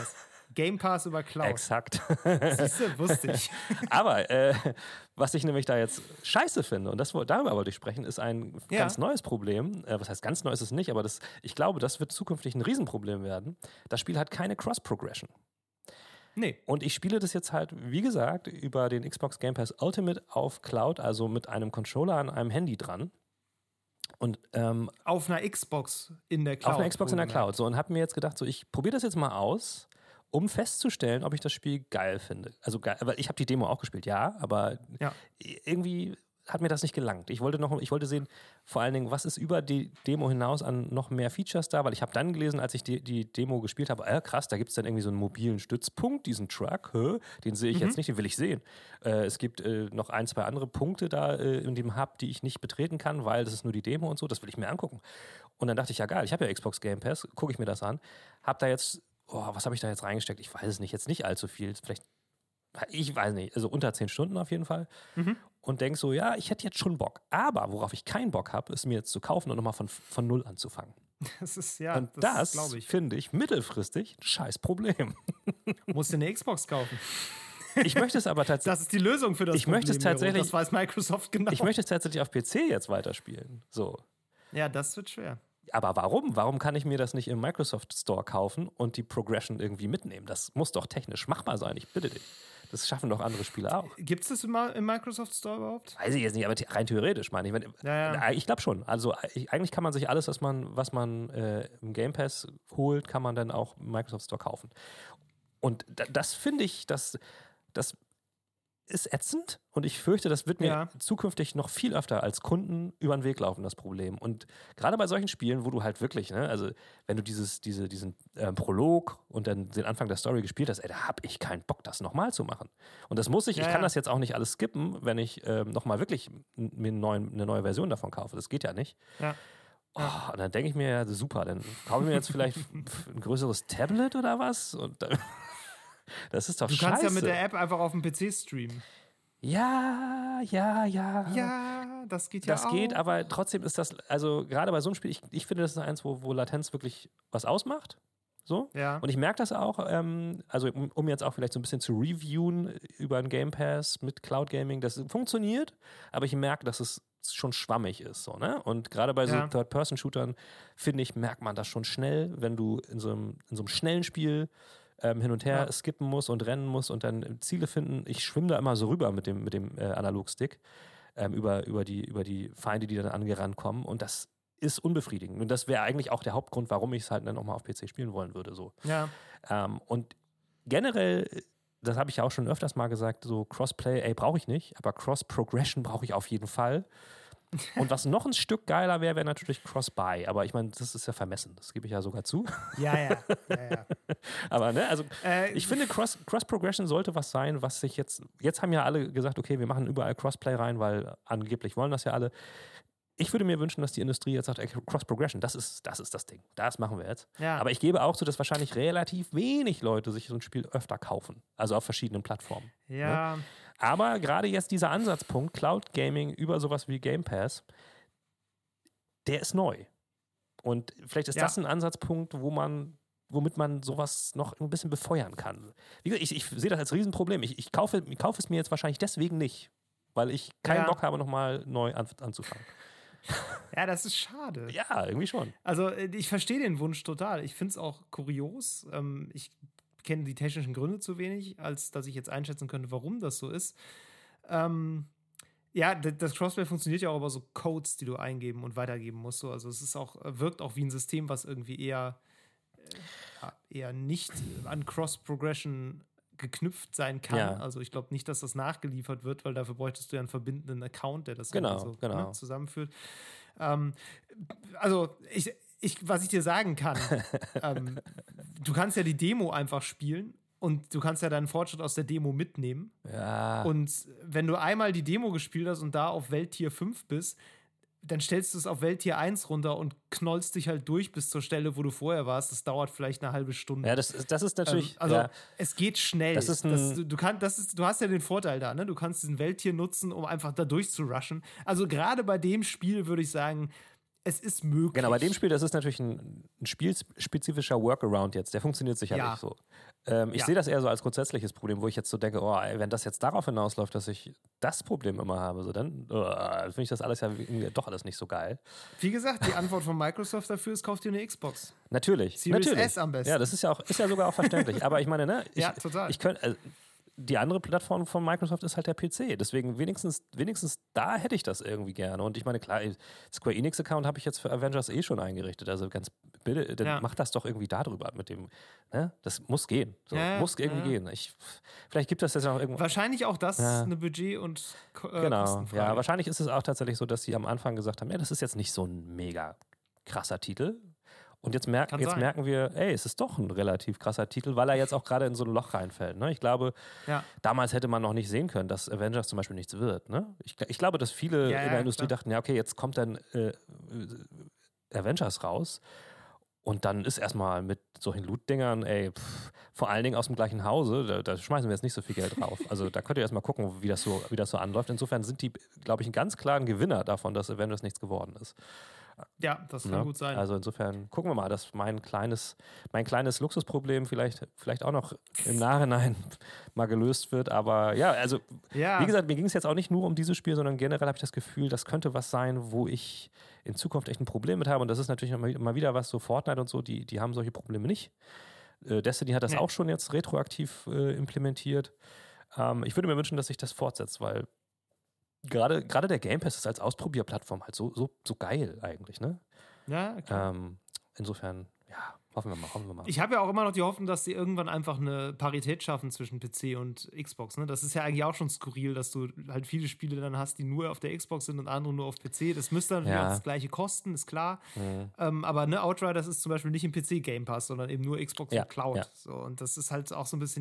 Game Pass über Cloud. Exakt. Siehst du, wusste ich. Aber was ich nämlich da jetzt scheiße finde, und darüber wollte ich sprechen, ist ein ganz neues Problem. Was heißt ganz neu ist es nicht, aber ich glaube, das wird zukünftig ein Riesenproblem werden. Das Spiel hat keine Cross-Progression. Nee. Und ich spiele das jetzt halt, wie gesagt, über den Xbox Game Pass Ultimate auf Cloud, also mit einem Controller an einem Handy dran. Und auf einer Xbox in der Cloud. Auf einer Xbox in der Cloud. So, und habe mir jetzt gedacht, so, ich probiere das jetzt mal aus, um festzustellen, ob ich das Spiel geil finde. Also geil, weil ich habe die Demo auch gespielt, ja, aber irgendwie hat mir das nicht gelangt. Ich wollte sehen, vor allen Dingen, was ist über die Demo hinaus an noch mehr Features da, weil ich habe dann gelesen, als ich die Demo gespielt habe, krass, da gibt es dann irgendwie so einen mobilen Stützpunkt, diesen Truck, den sehe ich jetzt nicht, den will ich sehen. Es gibt noch 1, 2 andere Punkte da in dem Hub, die ich nicht betreten kann, weil das ist nur die Demo und so, das will ich mir angucken. Und dann dachte ich, ja geil, ich habe ja Xbox Game Pass, gucke ich mir das an, habe da jetzt, was habe ich da jetzt reingesteckt? Ich weiß es nicht, jetzt nicht allzu viel, vielleicht, ich weiß nicht, also unter 10 Stunden auf jeden Fall. Und denk so, ja, ich hätte jetzt schon Bock. Aber worauf ich keinen Bock habe, ist mir jetzt zu kaufen und nochmal von null anzufangen. Das ist, und das glaube ich, finde ich mittelfristig ein scheiß Problem. Musst du eine Xbox kaufen. Ich möchte es aber tatsächlich. Das ist die Lösung für das Problem. Möchte es tatsächlich, das weiß Microsoft genau. Ich möchte es tatsächlich auf PC jetzt weiterspielen. So. Ja, das wird schwer. Aber warum? Warum kann ich mir das nicht im Microsoft Store kaufen und die Progression irgendwie mitnehmen? Das muss doch technisch machbar sein, ich bitte dich. Das schaffen doch andere Spiele auch. Gibt es das im Microsoft Store überhaupt? Weiß ich jetzt nicht, aber rein theoretisch meine ich. Ich glaube schon. Also eigentlich kann man sich alles, was man im Game Pass holt, kann man dann auch im Microsoft Store kaufen. Und das finde ich, das ist ätzend und ich fürchte, das wird mir zukünftig noch viel öfter als Kunden über den Weg laufen, das Problem. Und gerade bei solchen Spielen, wo du halt wirklich, also wenn du diesen Prolog und dann den Anfang der Story gespielt hast, da habe ich keinen Bock, das nochmal zu machen. Und das muss ich kann das jetzt auch nicht alles skippen, wenn ich nochmal wirklich mir eine neue Version davon kaufe. Das geht ja nicht. Ja. Und dann denke ich mir, ja, super, dann kaufe ich mir jetzt vielleicht ein größeres Tablet oder was und dann das ist doch scheiße. Du kannst ja mit der App einfach auf dem PC streamen. Ja. Ja, das geht ja auch. Das geht, aber trotzdem ist das, also gerade bei so einem Spiel, ich finde, das ist eins, wo Latenz wirklich was ausmacht. So. Ja. Und ich merke das auch, also um jetzt auch vielleicht so ein bisschen zu reviewen über einen Game Pass mit Cloud Gaming, das funktioniert, aber ich merke, dass es schon schwammig ist. So, ne? Und gerade bei so Third-Person-Shootern, finde ich, merkt man das schon schnell, wenn du in so einem schnellen Spiel hin und her skippen muss und rennen muss und dann Ziele finden. Ich schwimme da immer so rüber mit dem Analogstick über die Feinde, die dann angerannt kommen und das ist unbefriedigend. Und das wäre eigentlich auch der Hauptgrund, warum ich es halt dann auch mal auf PC spielen wollen würde. So. Ja. Und generell, das habe ich ja auch schon öfters mal gesagt, so Crossplay, brauche ich nicht, aber Cross-Progression brauche ich auf jeden Fall. Und was noch ein Stück geiler wäre natürlich Cross-Buy. Aber ich meine, das ist ja vermessen. Das gebe ich ja sogar zu. Ja. Aber also ich finde, Cross-Progression sollte was sein, was sich jetzt haben ja alle gesagt, okay, wir machen überall Crossplay rein, weil angeblich wollen das ja alle. Ich würde mir wünschen, dass die Industrie jetzt sagt, Cross-Progression, das ist das Ding. Das machen wir jetzt. Ja. Aber ich gebe auch zu, dass wahrscheinlich relativ wenig Leute sich so ein Spiel öfter kaufen. Also auf verschiedenen Plattformen. Ja. Ne? Aber gerade jetzt dieser Ansatzpunkt, Cloud Gaming über sowas wie Game Pass, der ist neu. Und vielleicht ist das ein Ansatzpunkt, womit man sowas noch ein bisschen befeuern kann. Wie gesagt, ich sehe das als Riesenproblem. Ich kaufe es mir jetzt wahrscheinlich deswegen nicht, weil ich keinen Bock habe, nochmal neu anzufangen. Ja, das ist schade. Ja, irgendwie schon. Also ich verstehe den Wunsch total. Ich finde es auch kurios. Ich kenne die technischen Gründe zu wenig, als dass ich jetzt einschätzen könnte, warum das so ist. Ja, das Crossplay funktioniert ja auch über so Codes, die du eingeben und weitergeben musst. Also es ist wirkt auch wie ein System, was irgendwie eher nicht an Cross-Progression geknüpft sein kann. Ja. Also ich glaube nicht, dass das nachgeliefert wird, weil dafür bräuchtest du ja einen verbindenden Account, der das genau. Zusammenführt. Also was ich dir sagen kann, du kannst ja die Demo einfach spielen und du kannst ja deinen Fortschritt aus der Demo mitnehmen. Ja. Und wenn du einmal die Demo gespielt hast und da auf Welttier 5 bist, dann stellst du es auf Welttier 1 runter und knollst dich halt durch bis zur Stelle, wo du vorher warst. Das dauert vielleicht eine halbe Stunde. Ja, das ist natürlich. Es geht schnell. Das ist du hast ja den Vorteil da, ne? Du kannst diesen Welttier nutzen, um einfach da durchzurushen. Also gerade bei dem Spiel würde ich sagen, es ist möglich. Genau, bei dem Spiel, das ist natürlich ein spielspezifischer Workaround jetzt. Der funktioniert sicherlich so. Ich sehe das eher so als grundsätzliches Problem, wo ich jetzt so denke, oh, ey, wenn das jetzt darauf hinausläuft, dass ich das Problem immer habe, so dann finde ich das alles ja doch alles nicht so geil. Wie gesagt, die Antwort von Microsoft dafür ist, kauft ihr eine Xbox. Natürlich. Series natürlich. S am besten. Ja, das ist ja sogar auch verständlich. Aber ich meine, ne? Ja, total. Die andere Plattform von Microsoft ist halt der PC. Deswegen wenigstens da hätte ich das irgendwie gerne. Und ich meine, klar, Square Enix-Account habe ich jetzt für Avengers schon eingerichtet. Also ganz bitte, dann mach das doch irgendwie darüber mit dem, ne? Das muss gehen. So, muss irgendwie gehen. Vielleicht gibt es das ja noch irgendwo. Wahrscheinlich auch das eine Budget- und genau, Kostenfrage. Ja, wahrscheinlich ist es auch tatsächlich so, dass sie am Anfang gesagt haben, ja, das ist jetzt nicht so ein mega krasser Titel. Und jetzt merken wir, ey, es ist doch ein relativ krasser Titel, weil er jetzt auch gerade in so ein Loch reinfällt. Ne? Ich glaube, damals hätte man noch nicht sehen können, dass Avengers zum Beispiel nichts wird. Ne? Ich glaube, dass viele in der Industrie dachten, ja, okay, jetzt kommt dann Avengers raus. Und dann ist erstmal mit solchen Loot-Dingern, vor allen Dingen aus dem gleichen Hause, da schmeißen wir jetzt nicht so viel Geld drauf. Also da könnt ihr erstmal gucken, wie das so anläuft. Insofern sind die, glaube ich, einen ganz klaren Gewinner davon, dass Avengers nichts geworden ist. Ja, das kann gut sein. Also insofern gucken wir mal, dass mein kleines Luxusproblem vielleicht auch noch im Nachhinein mal gelöst wird. Aber ja, also wie gesagt, mir ging es jetzt auch nicht nur um dieses Spiel, sondern generell habe ich das Gefühl, das könnte was sein, wo ich in Zukunft echt ein Problem mit habe. Und das ist natürlich mal wieder was, so Fortnite und so, die haben solche Probleme nicht. Destiny hat das auch schon jetzt retroaktiv implementiert. Ich würde mir wünschen, dass sich das fortsetzt, weil gerade der Game Pass ist als Ausprobierplattform halt so geil eigentlich, ne? Ja, klar. Insofern, ja, hoffen wir mal. Ich habe ja auch immer noch die Hoffnung, dass sie irgendwann einfach eine Parität schaffen zwischen PC und Xbox, ne? Das ist ja eigentlich auch schon skurril, dass du halt viele Spiele dann hast, die nur auf der Xbox sind und andere nur auf PC. Das müsste dann natürlich auch das gleiche kosten, ist klar. Aber ne, Outriders ist zum Beispiel nicht im PC Game Pass, sondern eben nur Xbox und Cloud. Ja. So, und das ist halt auch so ein bisschen,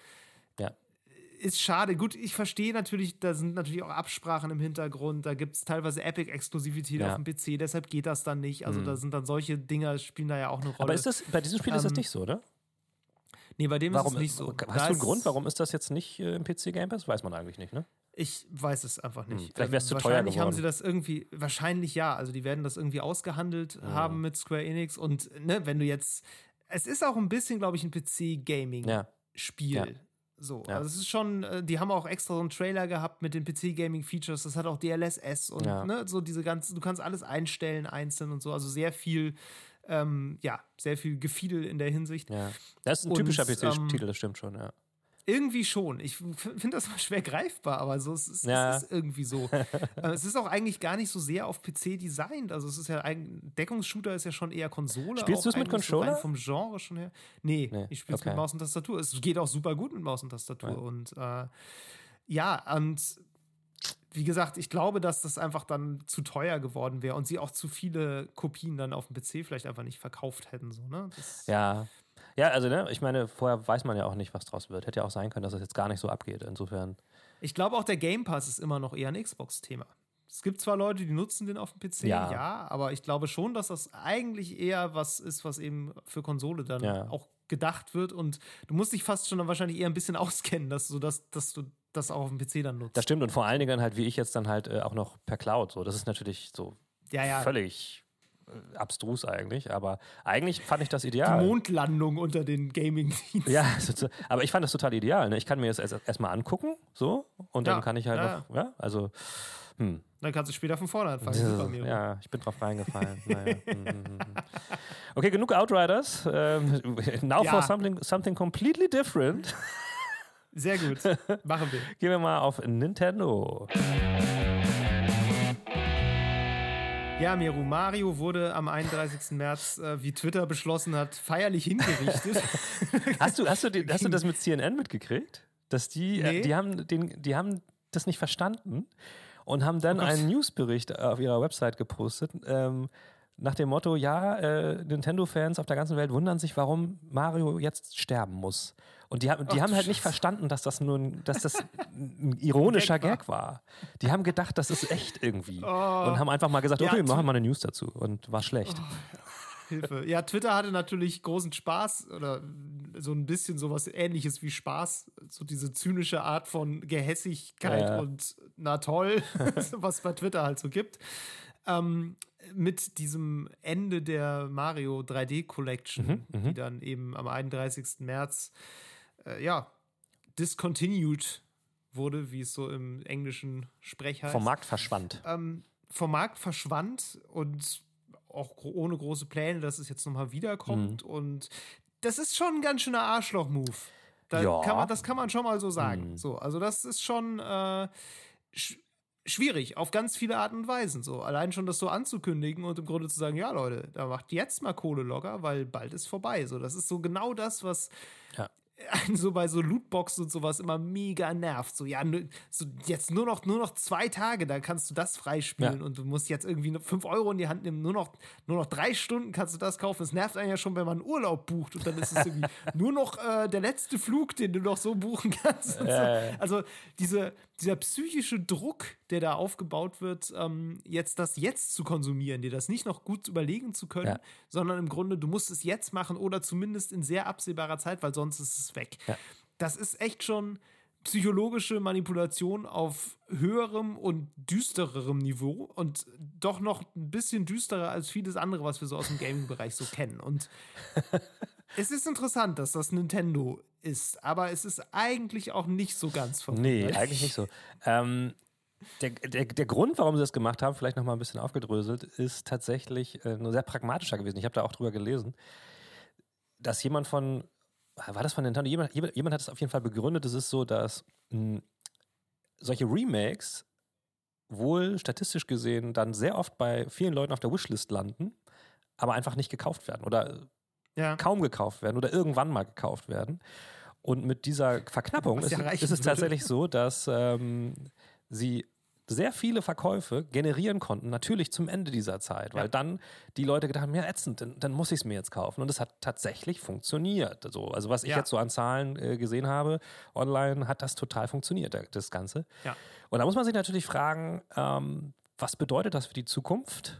ist schade. Gut, ich verstehe natürlich, da sind natürlich auch Absprachen im Hintergrund, da gibt es teilweise Epic-Exklusivität auf dem PC, deshalb geht das dann nicht. Also da sind dann solche Dinger, spielen da ja auch eine Rolle. Aber bei diesem Spiel ist das nicht so, oder? Nee, bei dem ist es nicht so. Hast du einen Grund, warum ist das jetzt nicht im PC Game Pass? Weiß man eigentlich nicht, ne? Ich weiß es einfach nicht. Vielleicht wäre es zu teuer geworden. Wahrscheinlich haben sie das irgendwie, also die werden das irgendwie ausgehandelt haben mit Square Enix und ne, wenn du jetzt, es ist auch ein bisschen, glaube ich, ein PC-Gaming-Spiel. Ja. So, also es ist schon, die haben auch extra so einen Trailer gehabt mit den PC-Gaming-Features, das hat auch DLSS und ne, so diese ganzen, du kannst alles einstellen einzeln und so, also sehr viel, sehr viel Gefiedel in der Hinsicht. Ja. Das ist ein typischer PC-Titel, das stimmt schon, ja. Irgendwie schon. Ich finde das mal schwer greifbar, aber so, es ist irgendwie so. Es ist auch eigentlich gar nicht so sehr auf PC designt. Also es ist ja Deckungsshooter ist ja schon eher Konsole. Spielst du es mit Controller? So vom Genre schon her. Nee. Ich spiele es mit Maus und Tastatur. Es geht auch super gut mit Maus und Tastatur. Ja. Und und wie gesagt, ich glaube, dass das einfach dann zu teuer geworden wäre und sie auch zu viele Kopien dann auf dem PC vielleicht einfach nicht verkauft hätten. So, ne? Ja, also ne, ich meine, vorher weiß man ja auch nicht, was draus wird. Hätte ja auch sein können, dass es jetzt gar nicht so abgeht. Insofern. Ich glaube auch, der Game Pass ist immer noch eher ein Xbox-Thema. Es gibt zwar Leute, die nutzen den auf dem PC, aber ich glaube schon, dass das eigentlich eher was ist, was eben für Konsole dann auch gedacht wird. Und du musst dich fast schon dann wahrscheinlich eher ein bisschen auskennen, dass du das auch auf dem PC dann nutzt. Das stimmt und vor allen Dingen halt, wie ich jetzt dann halt auch noch per Cloud. So, das ist natürlich so völlig abstrus eigentlich, aber eigentlich fand ich das ideal. Die Mondlandung unter den Gaming-Diensten. Ja, aber ich fand das total ideal. Ne? Ich kann mir das erstmal angucken, so, und dann kann ich halt noch, also, Dann kannst du später von vorne anfangen. Ja, ich bin drauf reingefallen. Okay, genug Outriders. Now for something completely different. Sehr gut, machen wir. Gehen wir mal auf Nintendo. Ja, Miru, Mario wurde am 31. März, wie Twitter beschlossen hat, feierlich hingerichtet. Hast du das mit CNN mitgekriegt? Dass die haben das nicht verstanden und haben dann einen Newsbericht auf ihrer Website gepostet, nach dem Motto, Nintendo-Fans auf der ganzen Welt wundern sich, warum Mario jetzt sterben muss. Und die haben halt nicht verstanden, dass das ein ironischer Gag war. Die haben gedacht, das ist echt irgendwie. Und haben einfach mal gesagt, okay, wir machen mal eine News dazu. Und war schlecht. Hilfe. Ja, Twitter hatte natürlich großen Spaß oder so ein bisschen sowas Ähnliches wie Spaß. So diese zynische Art von Gehässigkeit und na toll, was bei Twitter halt so gibt. mit diesem Ende der Mario 3D Collection, die dann eben am 31. März discontinued wurde, wie es so im englischen Sprech heißt. Vom Markt verschwand. Vom Markt verschwand und auch ohne große Pläne, dass es jetzt nochmal wiederkommt. Und das ist schon ein ganz schöner Arschloch-Move. Das kann man schon mal so sagen. So, also das ist schon schwierig auf ganz viele Arten und Weisen. So, allein schon das so anzukündigen und im Grunde zu sagen, ja Leute, da macht jetzt mal Kohle locker, weil bald ist vorbei. So, das ist so genau das, was einen so bei so Lootboxen und sowas immer mega nervt. So, ja, so jetzt nur noch 2 Tage, da kannst du das freispielen und du musst jetzt irgendwie 5 Euro in die Hand nehmen. Nur noch 3 Stunden kannst du das kaufen. Es nervt einen ja schon, wenn man einen Urlaub bucht und dann ist es irgendwie nur noch der letzte Flug, den du noch so buchen kannst. So. Also dieser psychische Druck, der da aufgebaut wird, jetzt zu konsumieren, dir das nicht noch gut überlegen zu können, sondern im Grunde, du musst es jetzt machen oder zumindest in sehr absehbarer Zeit, weil sonst ist es weg. Ja. Das ist echt schon psychologische Manipulation auf höherem und düstererem Niveau und doch noch ein bisschen düsterer als vieles andere, was wir so aus dem Gaming-Bereich so kennen. Und es ist interessant, dass das Nintendo ist, aber es ist eigentlich auch nicht so ganz verwunderlich. Nee, eigentlich nicht so. Der Grund, warum sie das gemacht haben, vielleicht noch mal ein bisschen aufgedröselt, ist tatsächlich nur sehr pragmatischer gewesen. Ich habe da auch drüber gelesen, dass war das von Nintendo? Jemand hat es auf jeden Fall begründet. Es ist so, dass solche Remakes wohl statistisch gesehen dann sehr oft bei vielen Leuten auf der Wishlist landen, aber einfach nicht gekauft werden oder kaum gekauft werden oder irgendwann mal gekauft werden. Und mit dieser Verknappung ist es tatsächlich so, dass sie sehr viele Verkäufe generieren konnten, natürlich zum Ende dieser Zeit, weil dann die Leute gedacht haben, ja ätzend, dann muss ich es mir jetzt kaufen. Und es hat tatsächlich funktioniert. Also was ich jetzt so an Zahlen gesehen habe, online hat das total funktioniert, das Ganze. Ja. Und da muss man sich natürlich fragen, was bedeutet das für die Zukunft?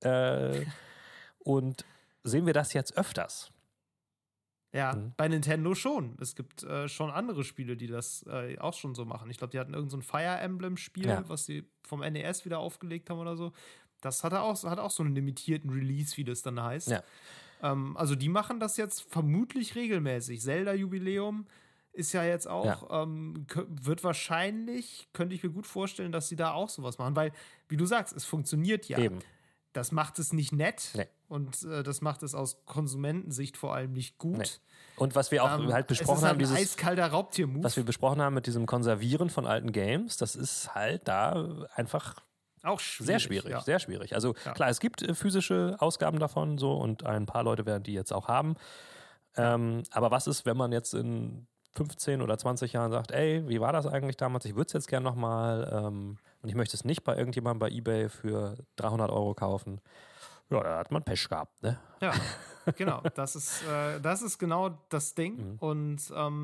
Und sehen wir das jetzt öfters? Ja, bei Nintendo schon. Es gibt schon andere Spiele, die das auch schon so machen. Ich glaube, die hatten irgend so ein Fire Emblem-Spiel, was sie vom NES wieder aufgelegt haben oder so. Das hat auch so einen limitierten Release, wie das dann heißt. Ja. Also die machen das jetzt vermutlich regelmäßig. Zelda-Jubiläum ist ja jetzt auch, wird wahrscheinlich, könnte ich mir gut vorstellen, dass sie da auch sowas machen. Weil, wie du sagst, es funktioniert ja. Eben. Das macht es nicht nett. Nee. Und das macht es aus Konsumentensicht vor allem nicht gut. Nee. Und was wir auch halt besprochen haben, dieses eiskalter Raubtier-Move. Was wir besprochen haben mit diesem Konservieren von alten Games, das ist halt da einfach auch sehr schwierig. Sehr schwierig. Also klar, es gibt physische Ausgaben davon so und ein paar Leute werden die jetzt auch haben. Aber was ist, wenn man jetzt in 15 oder 20 Jahren sagt, ey, wie war das eigentlich damals? Ich würde es jetzt gerne nochmal und ich möchte es nicht bei irgendjemandem bei eBay für 300 Euro kaufen. Ja, da hat man Pech gehabt, ne? Ja, genau. Das ist genau das Ding. Und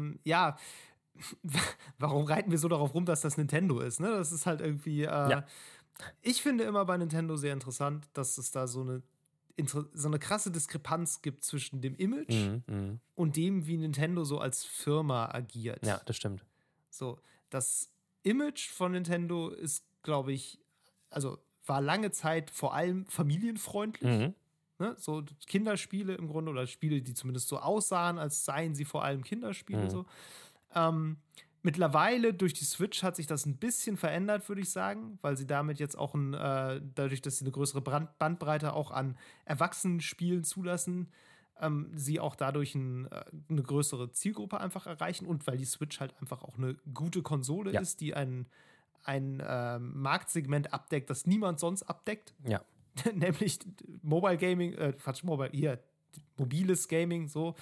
warum reiten wir so darauf rum, dass das Nintendo ist? Ne? Das ist halt irgendwie. Ich finde immer bei Nintendo sehr interessant, dass es da so eine krasse Diskrepanz gibt zwischen dem Image und dem, wie Nintendo so als Firma agiert. Ja, das stimmt. So, das Image von Nintendo ist, glaube ich, also war lange Zeit vor allem familienfreundlich. Ne? So Kinderspiele im Grunde oder Spiele, die zumindest so aussahen, als seien sie vor allem Kinderspiele. So. Mittlerweile durch die Switch hat sich das ein bisschen verändert, würde ich sagen, weil sie damit jetzt auch dadurch, dass sie eine größere Bandbreite auch an Erwachsenenspielen zulassen, sie auch dadurch eine größere Zielgruppe einfach erreichen und weil die Switch halt einfach auch eine gute Konsole ist, die ein Marktsegment abdeckt, das niemand sonst abdeckt. Ja. Nämlich Mobile Gaming, mobiles Gaming, so.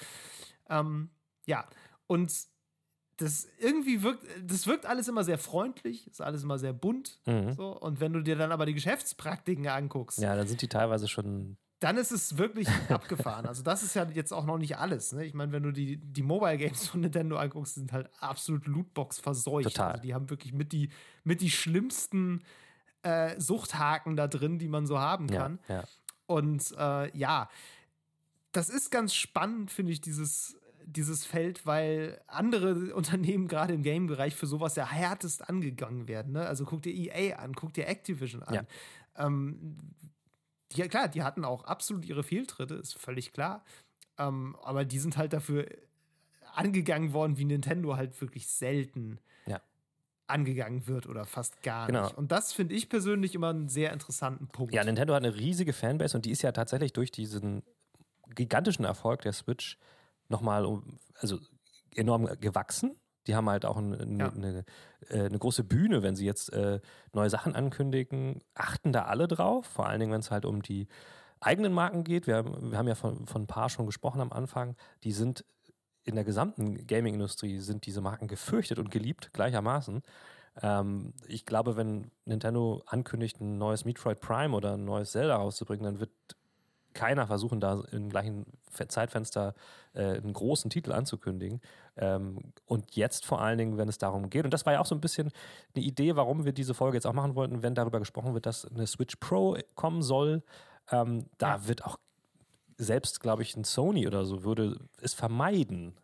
Und das wirkt alles immer sehr freundlich, ist alles immer sehr bunt. So. Und wenn du dir dann aber die Geschäftspraktiken anguckst. Ja, dann sind die teilweise schon. Dann ist es wirklich abgefahren. Also das ist ja jetzt auch noch nicht alles. Ne? Ich meine, wenn du die Mobile Games von Nintendo anguckst, sind halt absolut Lootbox verseucht. Total. Also die haben wirklich mit die schlimmsten Suchthaken da drin, die man so haben kann. Ja. Und das ist ganz spannend, finde ich, dieses Feld, weil andere Unternehmen gerade im Game-Bereich für sowas ja härtest angegangen werden. Ne? Also guck dir EA an, guck dir Activision an. Ja. die hatten auch absolut ihre Fehltritte, ist völlig klar. Aber die sind halt dafür angegangen worden, wie Nintendo halt wirklich selten angegangen wird oder fast gar nicht. Und das finde ich persönlich immer einen sehr interessanten Punkt. Ja, Nintendo hat eine riesige Fanbase und die ist ja tatsächlich durch diesen gigantischen Erfolg der Switch nochmal enorm gewachsen. Die haben halt auch eine große Bühne, wenn sie jetzt neue Sachen ankündigen, achten da alle drauf, vor allen Dingen, wenn es halt um die eigenen Marken geht. Wir haben ja von ein paar schon gesprochen am Anfang, die sind in der gesamten Gaming-Industrie sind diese Marken gefürchtet und geliebt gleichermaßen. Ich glaube, wenn Nintendo ankündigt, ein neues Metroid Prime oder ein neues Zelda rauszubringen, dann wird keiner versuchen, da im gleichen Zeitfenster einen großen Titel anzukündigen. Und jetzt vor allen Dingen, wenn es darum geht, und das war ja auch so ein bisschen eine Idee, warum wir diese Folge jetzt auch machen wollten, wenn darüber gesprochen wird, dass eine Switch Pro kommen soll, wird auch selbst, glaube ich, ein Sony oder so würde es vermeiden,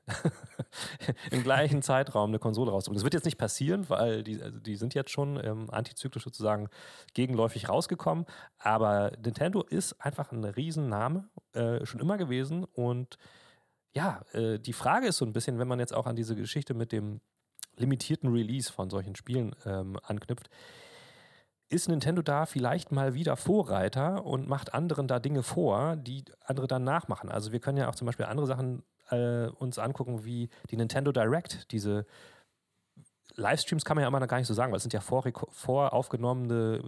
im gleichen Zeitraum eine Konsole rauszubringen. Das wird jetzt nicht passieren, weil die sind jetzt schon antizyklisch sozusagen gegenläufig rausgekommen. Aber Nintendo ist einfach ein Riesenname, schon immer gewesen. Und ja, die Frage ist so ein bisschen, wenn man jetzt auch an diese Geschichte mit dem limitierten Release von solchen Spielen anknüpft, ist Nintendo da vielleicht mal wieder Vorreiter und macht anderen da Dinge vor, die andere dann nachmachen. Also wir können ja auch zum Beispiel andere Sachen uns angucken, wie die Nintendo Direct. Diese Livestreams kann man ja immer noch gar nicht so sagen, weil es sind ja voraufgenommene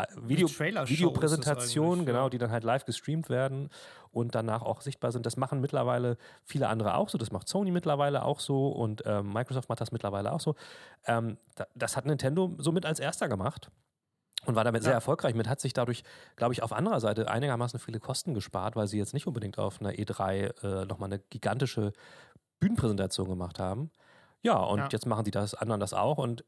Videopräsentationen, genau, die dann halt live gestreamt werden und danach auch sichtbar sind. Das machen mittlerweile viele andere auch so. Das macht Sony mittlerweile auch so und Microsoft macht das mittlerweile auch so. Das hat Nintendo somit als erster gemacht. Und war damit sehr erfolgreich mit, hat sich dadurch, glaube ich, auf anderer Seite einigermaßen viele Kosten gespart, weil sie jetzt nicht unbedingt auf einer E3 nochmal eine gigantische Bühnenpräsentation gemacht haben. Ja, und jetzt machen die anderen das auch und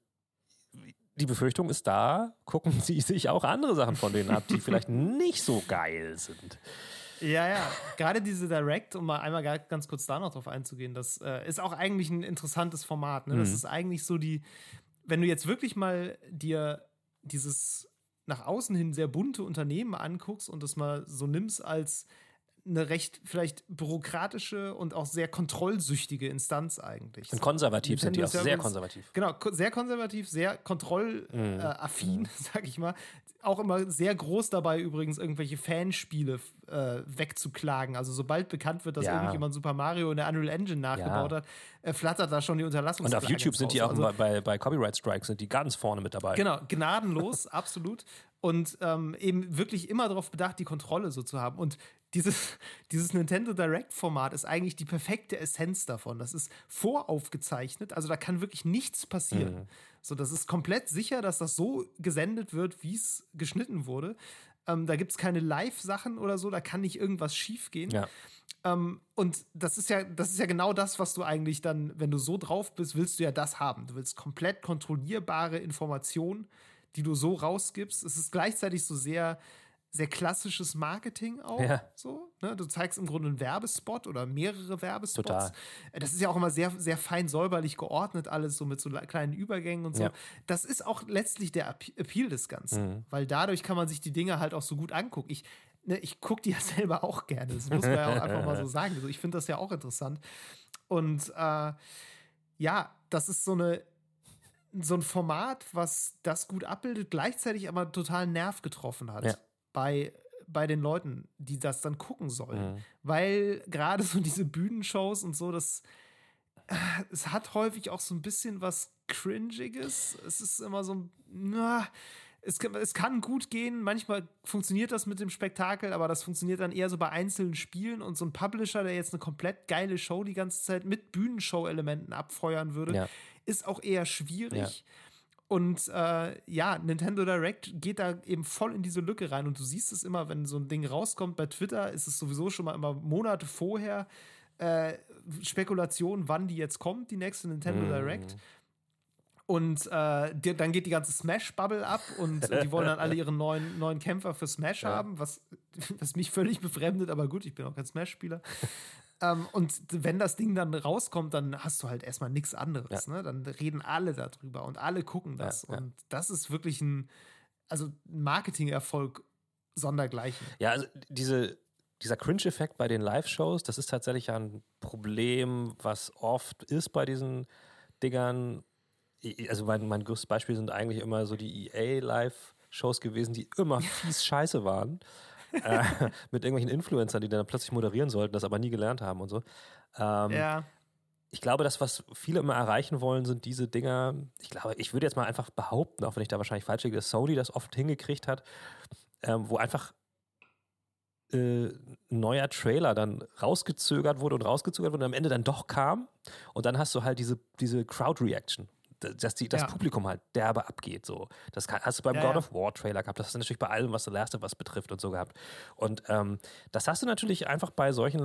die Befürchtung ist da, gucken sie sich auch andere Sachen von denen ab, die vielleicht nicht so geil sind. Ja, gerade diese Direct, um mal einmal ganz kurz da noch drauf einzugehen, das ist auch eigentlich ein interessantes Format. Ne? Das ist eigentlich so wenn du jetzt wirklich mal dir dieses nach außen hin sehr bunte Unternehmen anguckst und das mal so nimmst als eine recht vielleicht bürokratische und auch sehr kontrollsüchtige Instanz eigentlich. Und konservativ sind die auch, sehr konservativ. Genau, sehr konservativ, sehr kontrollaffin, sag ich mal. Auch immer sehr groß dabei übrigens, irgendwelche Fanspiele wegzuklagen. Also sobald bekannt wird, dass irgendjemand Super Mario in der Unreal Engine nachgebaut hat, flattert da schon die Unterlassungsklage. Und auf YouTube sind die auch bei Copyright Strikes sind die ganz vorne mit dabei. Genau, gnadenlos, absolut. Und eben wirklich immer darauf bedacht, die Kontrolle so zu haben. Und dieses Nintendo Direct-Format ist eigentlich die perfekte Essenz davon. Das ist voraufgezeichnet, also da kann wirklich nichts passieren. So, das ist komplett sicher, dass das so gesendet wird, wie es geschnitten wurde. Da gibt es keine Live-Sachen oder so, da kann nicht irgendwas schiefgehen. Ja. Und das ist ja genau das, was du eigentlich dann, wenn du so drauf bist, willst du ja das haben. Du willst komplett kontrollierbare Informationen, die du so rausgibst. Es ist gleichzeitig so sehr, sehr klassisches Marketing auch. Ja. So, ne? Du zeigst im Grunde einen Werbespot oder mehrere Werbespots. Total. Das ist ja auch immer sehr, sehr fein säuberlich geordnet, alles so mit so kleinen Übergängen und so. Ja. Das ist auch letztlich der Appeal des Ganzen, weil dadurch kann man sich die Dinge halt auch so gut angucken. Ich gucke die ja selber auch gerne. Das muss man ja auch einfach mal so sagen. Also ich finde das ja auch interessant. Und das ist so ein Format, was das gut abbildet, gleichzeitig aber total Nerv getroffen hat bei den Leuten, die das dann gucken sollen. Weil gerade so diese Bühnenshows und so, es hat häufig auch so ein bisschen was Cringiges. Es ist immer so, es kann gut gehen, manchmal funktioniert das mit dem Spektakel, aber das funktioniert dann eher so bei einzelnen Spielen und so ein Publisher, der jetzt eine komplett geile Show die ganze Zeit mit Bühnenshow-Elementen abfeuern würde, ist auch eher schwierig. Ja. Und Nintendo Direct geht da eben voll in diese Lücke rein und du siehst es immer, wenn so ein Ding rauskommt bei Twitter, ist es sowieso schon mal immer Monate vorher Spekulation, wann die jetzt kommt, die nächste Nintendo Direct. Und dann geht die ganze Smash-Bubble ab und die wollen dann alle ihre neuen Kämpfer für Smash haben, was mich völlig befremdet, aber gut, ich bin auch kein Smash-Spieler. Und wenn das Ding dann rauskommt, dann hast du halt erstmal nichts anderes. Ja. Ne? Dann reden alle darüber und alle gucken das. Ja. Und das ist wirklich ein Marketing-Erfolg sondergleichen. Ja, also dieser Cringe-Effekt bei den Live-Shows, das ist tatsächlich ja ein Problem, was oft ist bei diesen Dingern. Also mein größtes Beispiel sind eigentlich immer so die EA-Live-Shows gewesen, die immer fies scheiße waren. Mit irgendwelchen Influencern, die dann plötzlich moderieren sollten, das aber nie gelernt haben und so. Ja. Ich glaube, das, was viele immer erreichen wollen, sind diese Dinger. Ich würde jetzt mal einfach behaupten, auch wenn ich da wahrscheinlich falsch liege, dass Sony das oft hingekriegt hat, wo einfach ein neuer Trailer dann rausgezögert wurde und am Ende dann doch kam. Und dann hast du halt diese Crowd-Reaction, dass das Publikum halt derbe abgeht. So. Das hast du beim God of War Trailer gehabt, das hast du natürlich bei allem, was The Last of Us betrifft und so gehabt. Und das hast du natürlich einfach bei solchen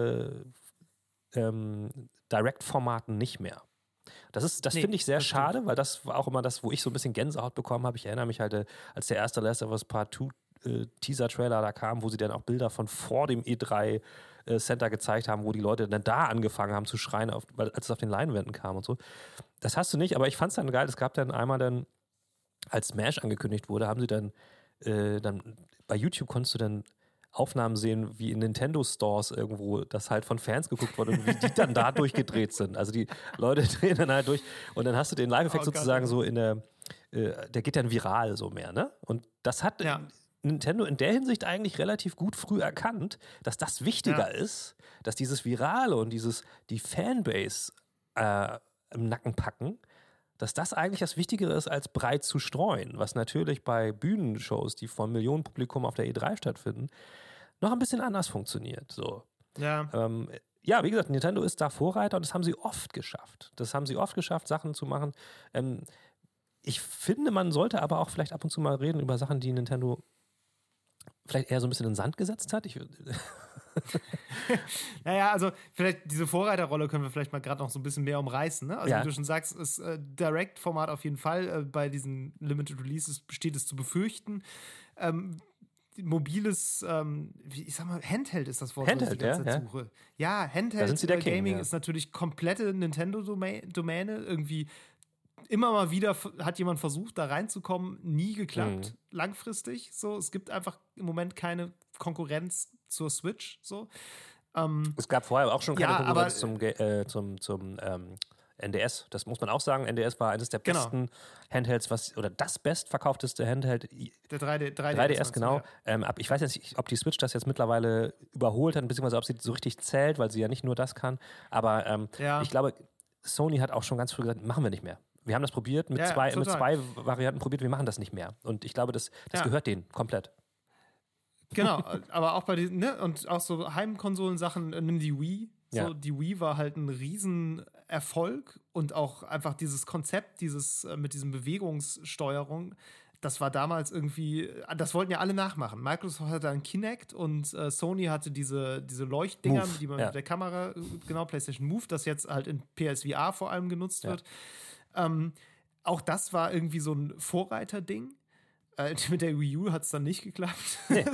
Direct-Formaten nicht mehr. Das finde ich sehr schade, weil das war auch immer das, wo ich so ein bisschen Gänsehaut bekommen habe. Ich erinnere mich halt, als der erste Last of Us Part 2 Teaser-Trailer da kam, wo sie dann auch Bilder von vor dem E3 Center gezeigt haben, wo die Leute dann da angefangen haben zu schreien, als es auf den Leinwänden kam und so. Das hast du nicht, aber ich fand es dann geil. Es gab dann einmal dann, als Smash angekündigt wurde, haben sie dann bei YouTube konntest du dann Aufnahmen sehen, wie in Nintendo-Stores irgendwo, das halt von Fans geguckt wurde und wie die dann da durchgedreht sind. Also die Leute drehen dann halt durch und dann hast du den Live-Effekt sozusagen so der geht dann viral so mehr, ne? Und das hat Nintendo in der Hinsicht eigentlich relativ gut früh erkannt, dass das wichtiger ist, dass dieses Virale und die Fanbase im Nacken packen, dass das eigentlich das Wichtigere ist, als breit zu streuen, was natürlich bei Bühnenshows, die von Millionen Publikum auf der E3 stattfinden, noch ein bisschen anders funktioniert. So. Ja. Wie gesagt, Nintendo ist da Vorreiter und das haben sie oft geschafft. Sachen zu machen. Ich finde, man sollte aber auch vielleicht ab und zu mal reden über Sachen, die Nintendo vielleicht eher so ein bisschen in den Sand gesetzt hat. Naja, also vielleicht diese Vorreiterrolle können wir vielleicht mal gerade noch so ein bisschen mehr umreißen. Ne? Also wie du schon sagst, ist Direct-Format auf jeden Fall. Bei diesen Limited Releases besteht es zu befürchten. Mobiles, ich sag mal, Handheld ist das Wort, Handheld, was ich die ganze Zeit suche. Ja, Handheld-Gaming ist natürlich komplette Nintendo-Domäne. Irgendwie immer mal wieder hat jemand versucht, da reinzukommen, nie geklappt, langfristig. So, es gibt einfach im Moment keine Konkurrenz zur Switch. So. Es gab vorher auch schon keine Konkurrenz zum NDS. Das muss man auch sagen. NDS war eines der besten Handhelds, oder das bestverkaufteste Handheld. Der 3DS, genau. Ja. Ich weiß jetzt nicht, ob die Switch das jetzt mittlerweile überholt hat, beziehungsweise ob sie so richtig zählt, weil sie ja nicht nur das kann. Aber ich glaube, Sony hat auch schon ganz früh gesagt, machen wir nicht mehr. Wir haben das probiert, mit zwei Varianten probiert, wir machen das nicht mehr. Und ich glaube, das gehört denen komplett. Genau, aber auch bei diesen, ne, und auch so Heimkonsolen-Sachen, nimm die Wii. So, die Wii war halt ein Riesenerfolg und auch einfach dieses Konzept, mit diesem Bewegungssteuerung, das war damals irgendwie, das wollten ja alle nachmachen. Microsoft hatte ein Kinect und Sony hatte diese Leuchtdinger, die man mit der Kamera, genau, PlayStation Move, das jetzt halt in PSVR vor allem genutzt wird. Auch das war irgendwie so ein Vorreiterding. Mit der Wii U hat es dann nicht geklappt. Nee.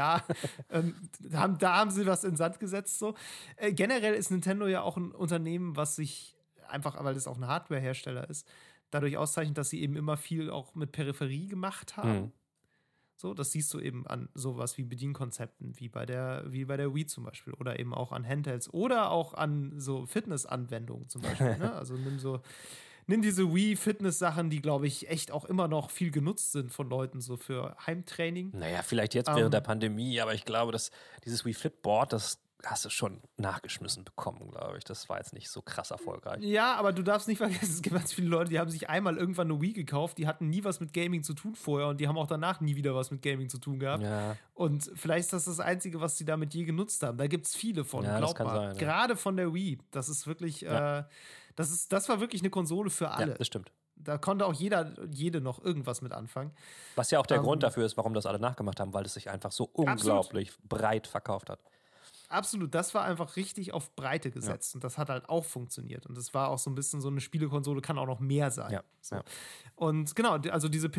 Da haben sie was in den Sand gesetzt. So. Generell ist Nintendo ja auch ein Unternehmen, was sich einfach, weil es auch ein Hardware-Hersteller ist, dadurch auszeichnet, dass sie eben immer viel auch mit Peripherie gemacht haben. So, das siehst du eben an sowas wie Bedienkonzepten, wie bei der Wii zum Beispiel, oder eben auch an Handhelds oder auch an so Fitness-Anwendungen zum Beispiel. Ne? Also nimm diese Wii-Fitness-Sachen, die, glaube ich, echt auch immer noch viel genutzt sind von Leuten, so für Heimtraining. Naja, vielleicht jetzt während der Pandemie, aber ich glaube, dass dieses Wii Fit-Board, das hast du schon nachgeschmissen bekommen, glaube ich. Das war jetzt nicht so krass erfolgreich. Ja, aber du darfst nicht vergessen, es gibt ganz viele Leute, die haben sich einmal irgendwann eine Wii gekauft, die hatten nie was mit Gaming zu tun vorher und die haben auch danach nie wieder was mit Gaming zu tun gehabt. Ja. Und vielleicht ist das Einzige, was sie damit je genutzt haben. Da gibt es viele von, das kann sein, ja. Gerade von der Wii. Das ist wirklich, das war wirklich eine Konsole für alle. Ja, das stimmt. Da konnte auch jede noch irgendwas mit anfangen. Was ja auch der Grund dafür ist, warum das alle nachgemacht haben, weil es sich einfach so unglaublich breit verkauft hat. Absolut, das war einfach richtig auf Breite gesetzt und das hat halt auch funktioniert und das war auch so ein bisschen so eine Spielekonsole, kann auch noch mehr sein. Ja. So. Ja. Und genau, also diese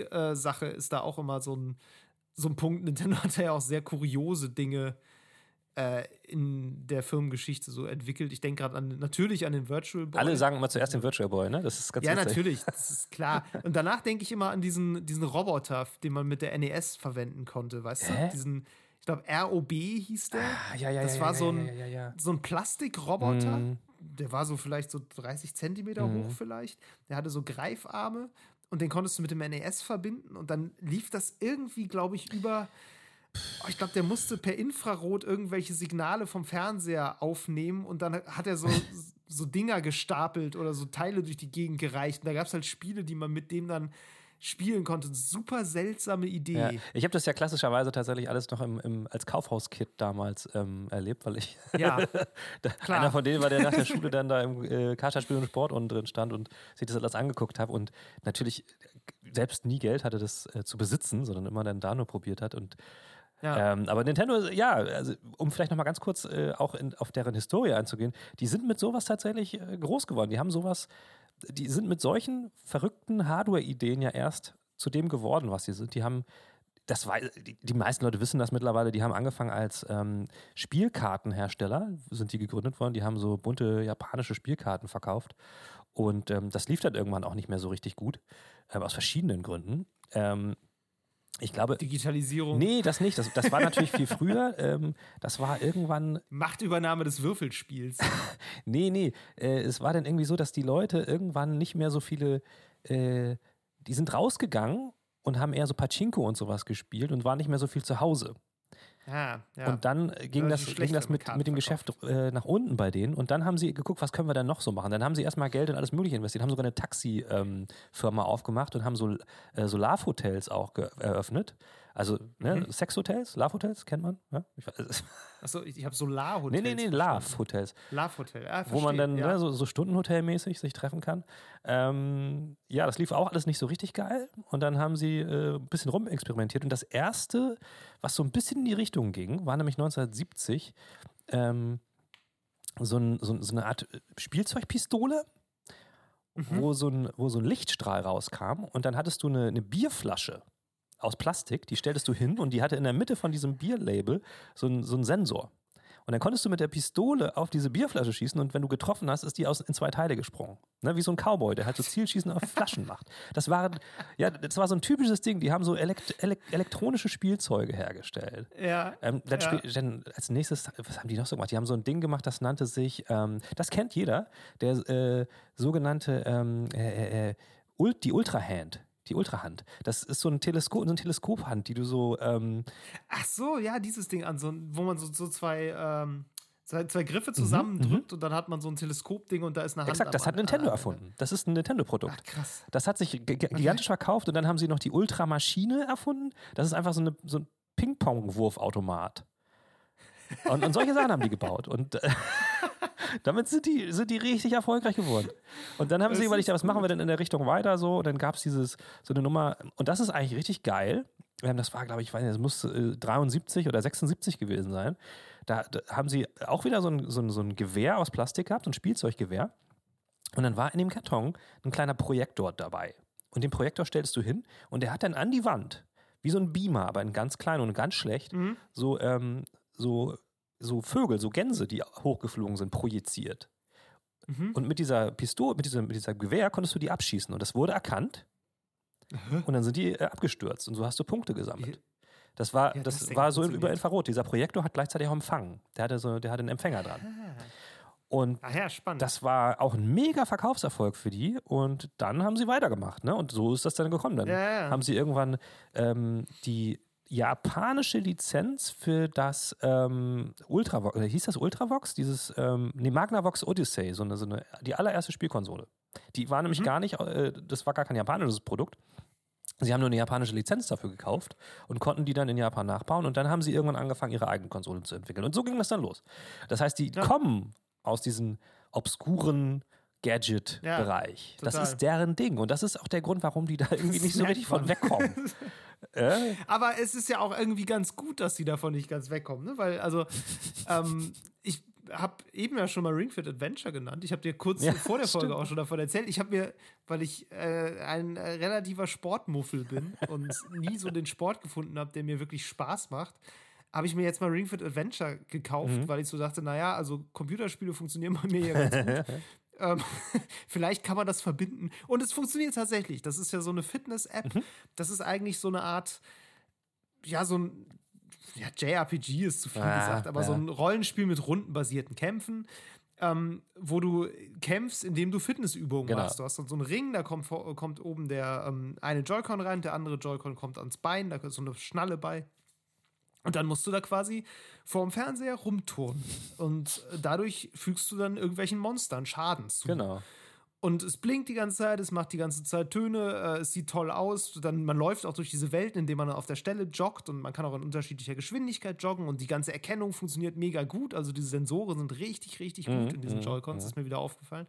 Peripherie-Sache ist da auch immer so ein Punkt. Nintendo hat ja auch sehr kuriose Dinge in der Firmengeschichte so entwickelt. Ich denke gerade natürlich an den Virtual Boy. Alle sagen immer zuerst den Virtual Boy, ne? Das ist ganz ja, lustig. natürlich, das ist klar. Und danach denke ich immer an diesen Roboter, den man mit der NES verwenden konnte, weißt du? Ich glaube, ROB hieß der. Das war so ein Plastikroboter. Der war so vielleicht so 30 Zentimeter hoch vielleicht. Der hatte so Greifarme und den konntest du mit dem NES verbinden und dann lief das irgendwie, glaube ich, ich glaube, der musste per Infrarot irgendwelche Signale vom Fernseher aufnehmen und dann hat er so Dinger gestapelt oder so Teile durch die Gegend gereicht. Und da gab es halt Spiele, die man mit dem dann spielen konnte. Super seltsame Idee. Ja. Ich habe das ja klassischerweise tatsächlich alles noch als Kaufhauskit damals erlebt, weil ich einer von denen war, der nach der Schule dann da im Kartspiel und Sport unten drin stand und sich das alles angeguckt habe und natürlich selbst nie Geld hatte, das zu besitzen, sondern immer dann da nur probiert hat und aber Nintendo, also, um vielleicht noch mal ganz kurz auch auf deren Historie einzugehen, die sind mit sowas tatsächlich groß geworden. Die sind mit solchen verrückten Hardware-Ideen ja erst zu dem geworden, was sie sind. Die meisten Leute wissen das mittlerweile, die haben angefangen als Spielkartenhersteller, sind die gegründet worden, die haben so bunte japanische Spielkarten verkauft und das lief dann irgendwann auch nicht mehr so richtig gut, aus verschiedenen Gründen. Ich glaube, Digitalisierung. Nee, das nicht. Das war natürlich viel früher. Das war irgendwann. Machtübernahme des Würfelspiels. Nee. Es war dann irgendwie so, dass die Leute irgendwann nicht mehr so viele. Die sind rausgegangen und haben eher so Pachinko und sowas gespielt und waren nicht mehr so viel zu Hause. Ja. Und dann ging das mit dem Geschäft nach unten bei denen. Und dann haben sie geguckt, was können wir denn noch so machen. Dann haben sie erstmal Geld in alles Mögliche investiert, haben sogar eine Taxi-Firma aufgemacht und haben so Love-Hotels auch eröffnet. Also Sexhotels, Love-Hotels, kennt man? Ja? Achso, ich habe Solar-Hotels. Nee, Love-Hotels. Love-Hotel, wo man dann so Stundenhotelmäßig sich treffen kann. Das lief auch alles nicht so richtig geil. Und dann haben sie ein bisschen rumexperimentiert. Und das Erste, was so ein bisschen in die Richtung ging, war nämlich 1970 so eine Art Spielzeugpistole, wo so ein Lichtstrahl rauskam. Und dann hattest du eine Bierflasche aus Plastik, die stelltest du hin und die hatte in der Mitte von diesem Bierlabel so einen Sensor. Und dann konntest du mit der Pistole auf diese Bierflasche schießen und wenn du getroffen hast, ist die in 2 Teile gesprungen. Ne, wie so ein Cowboy, der halt so Zielschießen auf Flaschen macht. Das war so ein typisches Ding. Die haben so elektronische Spielzeuge hergestellt. Ja. Dann als nächstes, was haben die noch so gemacht? Die haben so ein Ding gemacht, das nannte sich, das kennt jeder, der sogenannte die Ultrahand. Die Ultrahand. Das ist so eine Teleskophand, die du so. Ach so, ja, dieses Ding wo man so zwei Griffe zusammendrückt und dann hat man so ein Teleskopding und da ist eine Hand. Exakt, das hat Nintendo erfunden. Das ist ein Nintendo-Produkt. Ach, krass. Das hat sich gigantisch verkauft und dann haben sie noch die Ultramaschine erfunden. Das ist einfach so ein Ping-Pong-Wurfautomat. Und solche Sachen haben die gebaut. Und damit sind die richtig erfolgreich geworden. Und dann haben sie überlegt, was machen wir denn in der Richtung weiter so? Und dann gab es so eine Nummer, und das ist eigentlich richtig geil. Das war, glaube ich, weiß nicht, das muss 73 oder 76 gewesen sein. Da haben sie auch wieder so ein Gewehr aus Plastik gehabt, so ein Spielzeuggewehr. Und dann war in dem Karton ein kleiner Projektor dabei. Und den Projektor stellst du hin und der hat dann an die Wand, wie so ein Beamer, aber in ganz klein und ganz schlecht, so Vögel, so Gänse, die hochgeflogen sind, projiziert. Und mit dieser Pistole, mit dieser Gewehr konntest du die abschießen. Und das wurde erkannt. Und dann sind die abgestürzt. Und so hast du Punkte gesammelt. Das war so über Infrarot. Dieser Projektor hat gleichzeitig auch Empfang. Der hatte einen Empfänger dran. Und spannend. Das war auch ein mega Verkaufserfolg für die. Und dann haben sie weitergemacht. Ne? Und so ist das dann gekommen. Dann haben sie irgendwann die japanische Lizenz für das Ultravox, oder hieß das Ultravox? Dieses, Magnavox Odyssey, die allererste Spielkonsole. Die war nämlich gar nicht, das war gar kein japanisches Produkt. Sie haben nur eine japanische Lizenz dafür gekauft und konnten die dann in Japan nachbauen und dann haben sie irgendwann angefangen, ihre eigenen Konsolen zu entwickeln. Und so ging das dann los. Das heißt, die kommen aus diesem obskuren Gadget-Bereich. Das ist deren Ding. Und das ist auch der Grund, warum die da irgendwie nicht so richtig von wegkommen. Aber es ist ja auch irgendwie ganz gut, dass sie davon nicht ganz wegkommen, ne? Weil, ich habe eben ja schon mal Ring Fit Adventure genannt. Ich habe dir kurz vor der Folge auch schon davon erzählt. Ich habe mir, weil ich ein relativer Sportmuffel bin und nie so den Sport gefunden habe, der mir wirklich Spaß macht, habe ich mir jetzt mal Ring Fit Adventure gekauft, weil ich so dachte, naja, also Computerspiele funktionieren bei mir ja ganz gut. Vielleicht kann man das verbinden. Und es funktioniert tatsächlich. Das ist ja so eine Fitness-App. Das ist eigentlich so eine Art, ja, so ein JRPG ist zu viel gesagt, aber so ein Rollenspiel mit rundenbasierten Kämpfen, wo du kämpfst, indem du Fitnessübungen machst. Du hast dann so einen Ring, da kommt oben der eine Joy-Con rein, der andere Joy-Con kommt ans Bein, da ist so eine Schnalle bei. Und dann musst du da quasi vorm Fernseher rumturnen. Und dadurch fügst du dann irgendwelchen Monstern Schaden zu. Genau. Und es blinkt die ganze Zeit, es macht die ganze Zeit Töne, es sieht toll aus. Man läuft auch durch diese Welten, indem man auf der Stelle joggt und man kann auch in unterschiedlicher Geschwindigkeit joggen und die ganze Erkennung funktioniert mega gut. Also diese Sensoren sind richtig, richtig gut in diesen Joy-Cons, ist mir wieder aufgefallen.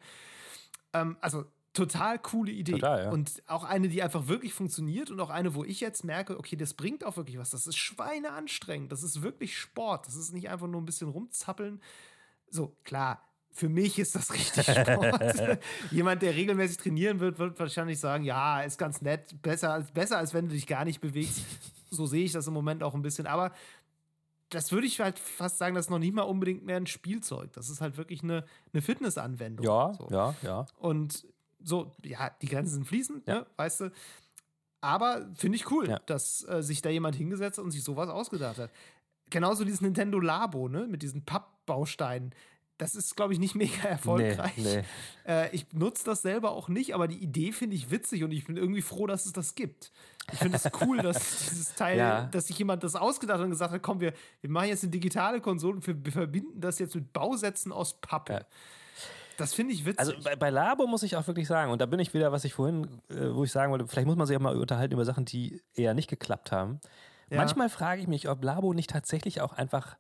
Also total coole Idee. Total, ja. Und auch eine, die einfach wirklich funktioniert und auch eine, wo ich jetzt merke, okay, das bringt auch wirklich was. Das ist schweineanstrengend. Das ist wirklich Sport. Das ist nicht einfach nur ein bisschen rumzappeln. So, klar, für mich ist das richtig Sport. Jemand, der regelmäßig trainieren wird wahrscheinlich sagen, ja, ist ganz nett. Besser als wenn du dich gar nicht bewegst. So sehe ich das im Moment auch ein bisschen. Aber das würde ich halt fast sagen, das ist noch nicht mal unbedingt mehr ein Spielzeug. Das ist halt wirklich eine Fitnessanwendung. Ja, so. ja. Und so, ja, die Grenzen sind fließend, ne, weißt du. Aber finde ich cool, dass sich da jemand hingesetzt hat und sich sowas ausgedacht hat. Genauso dieses Nintendo Labo, ne, mit diesen Pappbausteinen. Das ist, glaube ich, nicht mega erfolgreich. Nee. Ich nutze das selber auch nicht, aber die Idee finde ich witzig und ich bin irgendwie froh, dass es das gibt. Ich finde es cool, dass dieses Teil, dass sich jemand das ausgedacht hat und gesagt hat, komm, wir machen jetzt eine digitale Konsole und wir verbinden das jetzt mit Bausätzen aus Pappe. Ja. Das finde ich witzig. Also bei Labo muss ich auch wirklich sagen, und da bin ich wieder, was ich vorhin, wo ich sagen wollte, vielleicht muss man sich auch mal unterhalten über Sachen, die eher nicht geklappt haben. Ja. Manchmal frage ich mich, ob Labo nicht tatsächlich auch einfach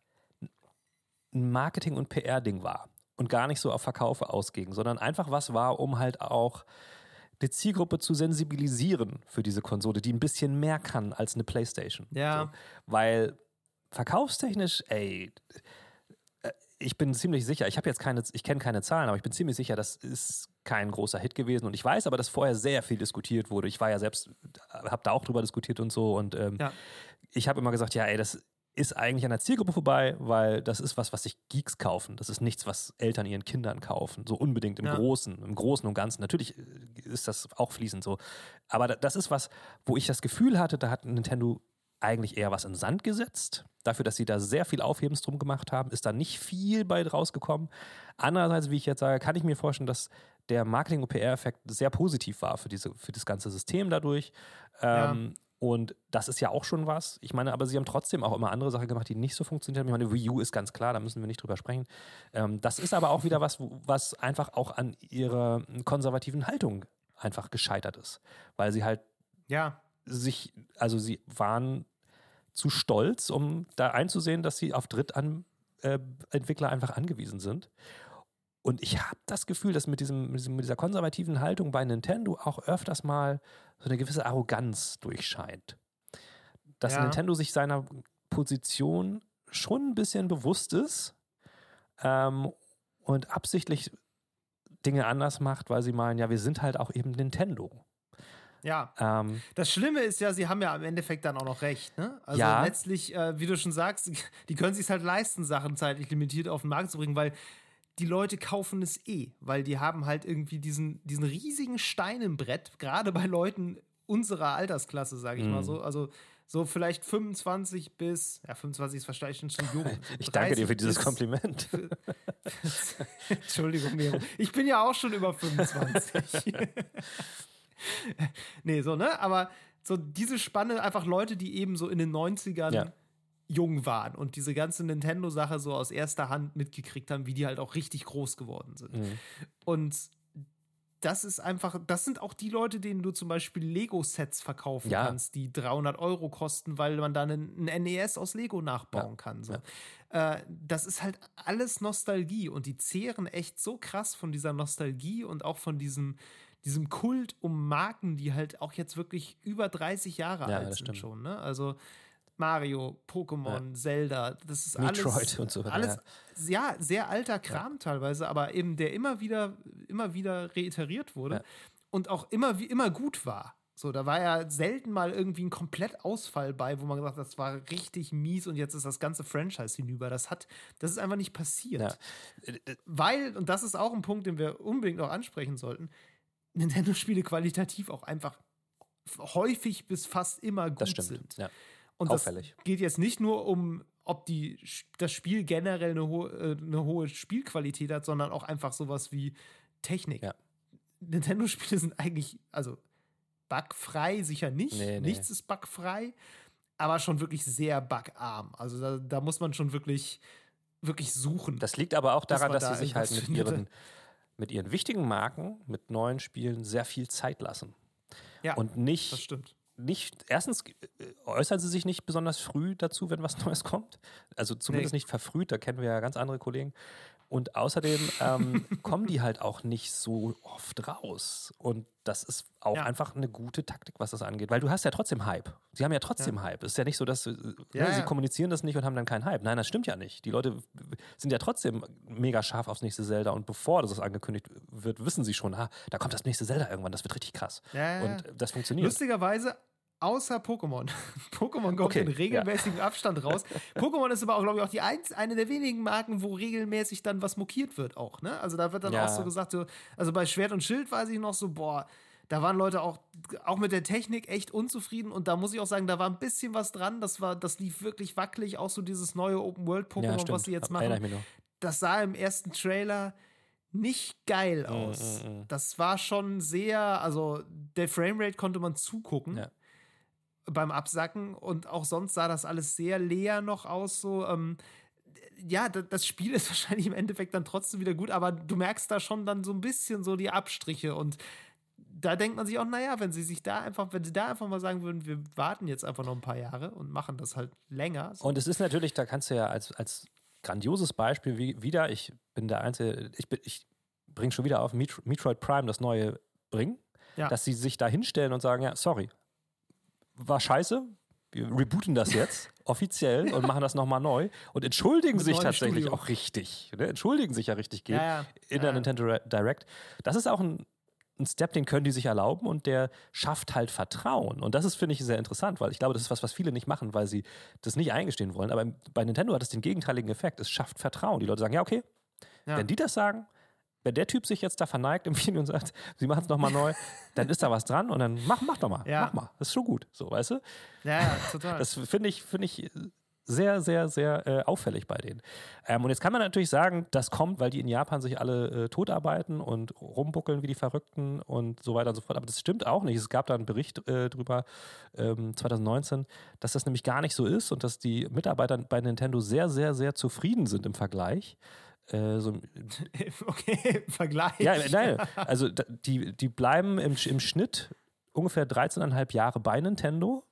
ein Marketing- und PR-Ding war und gar nicht so auf Verkaufe ausging, sondern einfach was war, um halt auch die Zielgruppe zu sensibilisieren für diese Konsole, die ein bisschen mehr kann als eine PlayStation. Ja. So. Weil verkaufstechnisch, ich bin ziemlich sicher, ich kenne keine Zahlen, aber ich bin ziemlich sicher, das ist kein großer Hit gewesen. Und ich weiß aber, dass vorher sehr viel diskutiert wurde. Ich war ja selbst, habe da auch drüber diskutiert und so. Und ich habe immer gesagt, das ist eigentlich an der Zielgruppe vorbei, weil das ist was sich Geeks kaufen. Das ist nichts, was Eltern ihren Kindern kaufen. So unbedingt im Großen und Ganzen. Natürlich ist das auch fließend so. Aber das ist was, wo ich das Gefühl hatte, da hat Nintendo eigentlich eher was in den Sand gesetzt. Dafür, dass sie da sehr viel Aufhebens drum gemacht haben, ist da nicht viel bei rausgekommen. Andererseits, wie ich jetzt sage, kann ich mir vorstellen, dass der Marketing- und PR-Effekt sehr positiv war für das ganze System dadurch. Und das ist ja auch schon was. Ich meine, aber sie haben trotzdem auch immer andere Sachen gemacht, die nicht so funktioniert haben. Ich meine, Wii U ist ganz klar, da müssen wir nicht drüber sprechen. Das ist aber auch wieder was einfach auch an ihrer konservativen Haltung einfach gescheitert ist. Weil sie halt sie waren zu stolz, um da einzusehen, dass sie auf Drittentwickler einfach angewiesen sind. Und ich habe das Gefühl, dass mit dieser konservativen Haltung bei Nintendo auch öfters mal so eine gewisse Arroganz durchscheint. Dass Nintendo sich seiner Position schon ein bisschen bewusst ist und absichtlich Dinge anders macht, weil sie meinen, wir sind halt auch eben Nintendo. Ja, das Schlimme ist ja, sie haben ja im Endeffekt dann auch noch recht, ne? Also letztlich, wie du schon sagst, die können sich halt leisten, Sachen zeitlich limitiert auf den Markt zu bringen, weil die Leute kaufen es weil die haben halt irgendwie diesen riesigen Stein im Brett, gerade bei Leuten unserer Altersklasse, sage ich mal so, also so vielleicht 25 bis, 25 ist wahrscheinlich schon zu jung. Ich danke dir für dieses Kompliment. Entschuldigung, Nero. Ich bin ja auch schon über 25. Nee, so, ne? Aber so diese Spanne, einfach Leute, die eben so in den 90ern jung waren und diese ganze Nintendo-Sache so aus erster Hand mitgekriegt haben, wie die halt auch richtig groß geworden sind. Und das ist einfach, das sind auch die Leute, denen du zum Beispiel Lego-Sets verkaufen kannst, die 300 € kosten, weil man dann ein NES aus Lego nachbauen kann. So. Das ist halt alles Nostalgie und die zehren echt so krass von dieser Nostalgie und auch von diesem Kult um Marken, die halt auch jetzt wirklich über 30 Jahre alt sind schon. Ne? Also Mario, Pokémon, Zelda, das ist Metroid alles, und so. Alles sehr alter Kram teilweise, aber eben der immer wieder reiteriert wurde und auch immer gut war. So, da war ja selten mal irgendwie ein Komplettausfall bei, wo man gesagt hat, das war richtig mies und jetzt ist das ganze Franchise hinüber. Das ist einfach nicht passiert. Ja. Weil, und das ist auch ein Punkt, den wir unbedingt noch ansprechen sollten, Nintendo-Spiele qualitativ auch einfach häufig bis fast immer gut Das stimmt, sind. ja. Und Auffällig. das geht jetzt nicht nur um, ob das Spiel generell eine hohe Spielqualität hat, sondern auch einfach sowas wie Technik. Ja. Nintendo-Spiele sind eigentlich, also bugfrei sicher nicht. Nee. Nichts ist bugfrei, aber schon wirklich sehr bugarm. Also da muss man schon wirklich suchen. Das liegt aber auch daran, dass da sie sich halt irgendwas mit ihren wichtigen Marken, mit neuen Spielen sehr viel Zeit lassen. Ja, Und das stimmt. Erstens äußern sie sich nicht besonders früh dazu, wenn was Neues kommt. Also zumindest nicht verfrüht, da kennen wir ja ganz andere Kollegen. Und außerdem kommen die halt auch nicht so oft raus. Und das ist auch einfach eine gute Taktik, was das angeht. Weil du hast ja trotzdem Hype. Sie haben ja trotzdem Hype. Es ist ja nicht so, dass sie kommunizieren das nicht und haben dann keinen Hype. Nein, das stimmt ja nicht. Die Leute sind ja trotzdem mega scharf aufs nächste Zelda. Und bevor das angekündigt wird, wissen sie schon, da kommt das nächste Zelda irgendwann. Das wird richtig krass. Und das funktioniert. Lustigerweise außer Pokémon. Pokémon kommt in regelmäßigem Abstand raus. Pokémon ist aber auch, glaube ich, auch eine der wenigen Marken, wo regelmäßig dann was mokiert wird auch. Ne? Also da wird dann auch so gesagt, also bei Schwert und Schild weiß ich noch so, da waren Leute auch mit der Technik echt unzufrieden und da muss ich auch sagen, da war ein bisschen was dran. Das lief wirklich wackelig. Auch so dieses neue Open-World-Pokémon, was sie jetzt machen. Das sah im ersten Trailer nicht geil aus. Das war schon sehr, also der Framerate konnte man zugucken. Beim Absacken und auch sonst sah das alles sehr leer noch aus. So, das Spiel ist wahrscheinlich im Endeffekt dann trotzdem wieder gut, aber du merkst da schon dann so ein bisschen so die Abstriche und da denkt man sich auch, naja, wenn sie da einfach mal sagen würden, wir warten jetzt einfach noch ein paar Jahre und machen das halt länger. So. Und es ist natürlich, da kannst du ja als grandioses Beispiel wieder, ich bin der Einzige, ich bringe schon wieder auf Metroid Prime das neue bringen, dass sie sich da hinstellen und sagen, ja, sorry, war scheiße, wir rebooten das jetzt offiziell und machen das nochmal neu und entschuldigen sich tatsächlich auch richtig. Ne? Entschuldigen sich ja richtig in der Nintendo Direct. Das ist auch ein Step, den können die sich erlauben und der schafft halt Vertrauen. Und das ist, finde ich, sehr interessant, weil ich glaube, das ist was viele nicht machen, weil sie das nicht eingestehen wollen. Aber bei Nintendo hat es den gegenteiligen Effekt. Es schafft Vertrauen. Die Leute sagen, ja, okay, wenn die das sagen, wenn der Typ sich jetzt da verneigt im Video und sagt, sie machen es nochmal neu, dann ist da was dran und dann mach doch mal, mach mal. Das ist schon gut, so, weißt du? Ja, total. Das finde ich sehr, sehr, sehr auffällig bei denen. Und jetzt kann man natürlich sagen, das kommt, weil die in Japan sich alle totarbeiten und rumbuckeln wie die Verrückten und so weiter und so fort. Aber das stimmt auch nicht. Es gab da einen Bericht drüber 2019, dass das nämlich gar nicht so ist und dass die Mitarbeiter bei Nintendo sehr, sehr, sehr zufrieden sind im Vergleich. Okay, Vergleich. Ja, nein, also die bleiben im Schnitt ungefähr 13,5 Jahre bei Nintendo.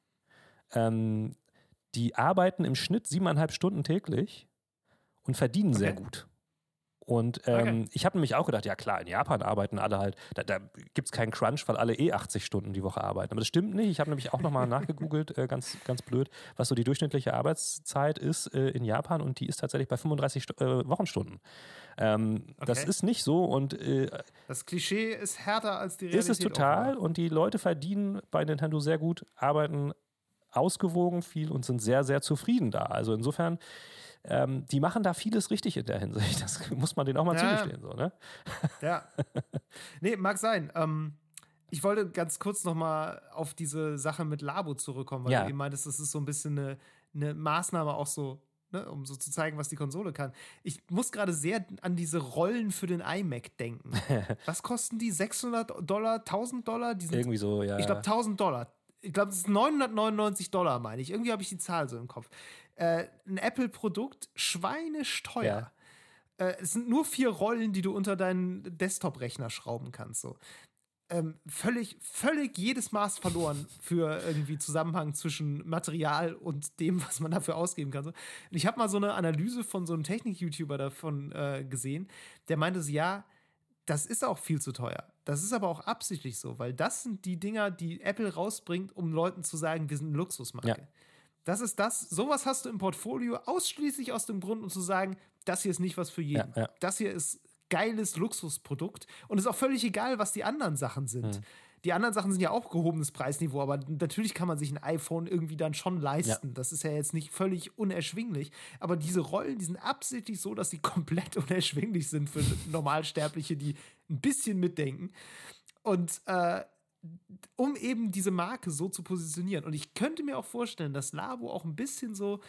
Die arbeiten im Schnitt 7,5 Stunden täglich und verdienen sehr gut. Und ich habe nämlich auch gedacht, ja klar, in Japan arbeiten alle halt, da gibt es keinen Crunch, weil alle 80 Stunden die Woche arbeiten. Aber das stimmt nicht. Ich habe nämlich auch nochmal nachgegoogelt, ganz, ganz blöd, was so die durchschnittliche Arbeitszeit ist in Japan und die ist tatsächlich bei 35 Wochenstunden. Das ist nicht so und das Klischee ist härter als die Realität. Ist es total und die Leute verdienen bei Nintendo sehr gut, arbeiten ausgewogen viel und sind sehr, sehr zufrieden da. Also insofern die machen da vieles richtig in der Hinsicht. Das muss man denen auch mal zugestehen. So, ne? Ja. Nee, mag sein. Ich wollte ganz kurz noch mal auf diese Sache mit Labo zurückkommen, weil du eben meintest, das ist so ein bisschen eine Maßnahme auch so, ne, um so zu zeigen, was die Konsole kann. Ich muss gerade sehr an diese Rollen für den iMac denken. Was kosten die? $600? $1.000? Die sind, irgendwie so, ja. Ich glaube, $1.000. Ich glaube, es ist $999, meine ich. Irgendwie habe ich die Zahl so im Kopf. Ein Apple-Produkt, schweinesteuer. Es sind nur 4 Rollen, die du unter deinen Desktop-Rechner schrauben kannst. So. Völlig jedes Maß verloren für irgendwie Zusammenhang zwischen Material und dem, was man dafür ausgeben kann. So. Und ich habe mal so eine Analyse von so einem Technik-YouTuber davon gesehen, der meinte so, ja, das ist auch viel zu teuer. Das ist aber auch absichtlich so, weil das sind die Dinger, die Apple rausbringt, um Leuten zu sagen, wir sind eine Luxusmarke. Ja. Das ist das, sowas hast du im Portfolio ausschließlich aus dem Grund, um zu sagen, das hier ist nicht was für jeden. Ja. Das hier ist geiles Luxusprodukt und es ist auch völlig egal, was die anderen Sachen sind. Die anderen Sachen sind ja auch gehobenes Preisniveau, aber natürlich kann man sich ein iPhone irgendwie dann schon leisten. Ja. Das ist ja jetzt nicht völlig unerschwinglich. Aber diese Rollen, die sind absichtlich so, dass sie komplett unerschwinglich sind für Normalsterbliche, die ein bisschen mitdenken. Und um eben diese Marke so zu positionieren. Und ich könnte mir auch vorstellen, dass Labo auch ein bisschen so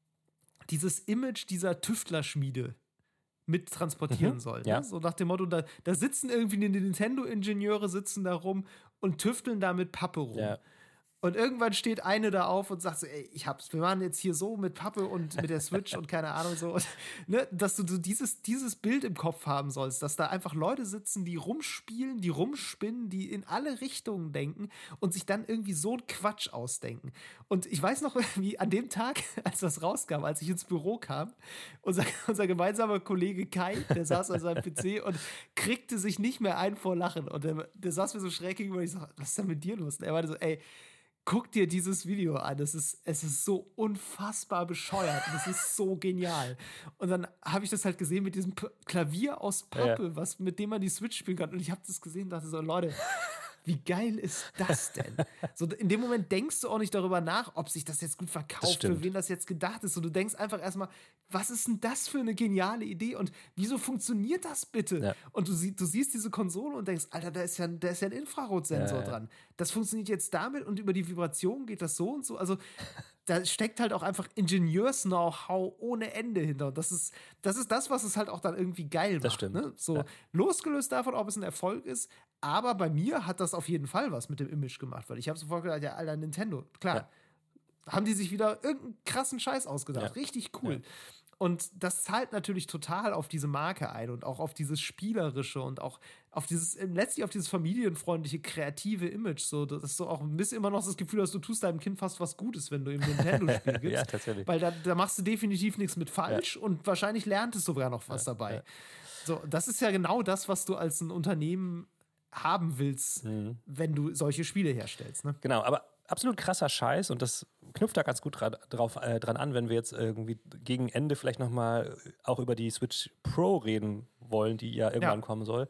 dieses Image dieser Tüftlerschmiede mit transportieren soll. Ne? Ja. So nach dem Motto, da sitzen irgendwie die Nintendo-Ingenieure sitzen da rum und tüfteln da mit Pappe rum. Ja. Und irgendwann steht eine da auf und sagt so, ey, wir machen jetzt hier so mit Pappe und mit der Switch und keine Ahnung so. Und, ne, dass du so dieses Bild im Kopf haben sollst, dass da einfach Leute sitzen, die rumspielen, die rumspinnen, die in alle Richtungen denken und sich dann irgendwie so einen Quatsch ausdenken. Und ich weiß noch, wie an dem Tag, als das rauskam, als ich ins Büro kam, unser gemeinsamer Kollege Kai, der saß an seinem PC und kriegte sich nicht mehr ein vor Lachen. Und der saß mir so schräg gegenüber und ich so, was ist denn mit dir los? Und er meinte so, ey, guck dir dieses Video an, es ist so unfassbar bescheuert und es ist so genial. Und dann habe ich das halt gesehen mit diesem Klavier aus Pappe, mit dem man die Switch spielen kann. Und ich habe das gesehen und dachte so, Leute, wie geil ist das denn? So, in dem Moment denkst du auch nicht darüber nach, ob sich das jetzt gut verkauft, für wen das jetzt gedacht ist. So, du denkst einfach erstmal, was ist denn das für eine geniale Idee und wieso funktioniert das bitte? Ja. Und du siehst diese Konsole und denkst, Alter, da ist ja ein Infrarotsensor dran. Das funktioniert jetzt damit und über die Vibration geht das so und so. Also da steckt halt auch einfach Ingenieurs-Know-how ohne Ende hinter. Und das ist das, was es halt auch dann irgendwie geil macht. Das stimmt. Ne? So, losgelöst davon, ob es ein Erfolg ist, aber bei mir hat das auf jeden Fall was mit dem Image gemacht, weil ich habe sofort gedacht, ja, Alter, Nintendo, klar, haben die sich wieder irgendeinen krassen Scheiß ausgedacht. Richtig cool. Ja. Und das zahlt natürlich total auf diese Marke ein und auch auf dieses Spielerische und auch letztlich auf dieses familienfreundliche, kreative Image. So, dass du auch ein bisschen immer noch das Gefühl hast, du tust deinem Kind fast was Gutes, wenn du ihm Nintendo-Spiel gibst. Ja, tatsächlich. Weil da machst du definitiv nichts mit falsch und wahrscheinlich lernt es sogar noch was dabei. Ja. So, das ist ja genau das, was du als ein Unternehmen haben willst, wenn du solche Spiele herstellst. Ne? Genau, aber absolut krasser Scheiß und das knüpft da ganz gut dran an, wenn wir jetzt irgendwie gegen Ende vielleicht nochmal auch über die Switch Pro reden wollen, die ja irgendwann kommen soll.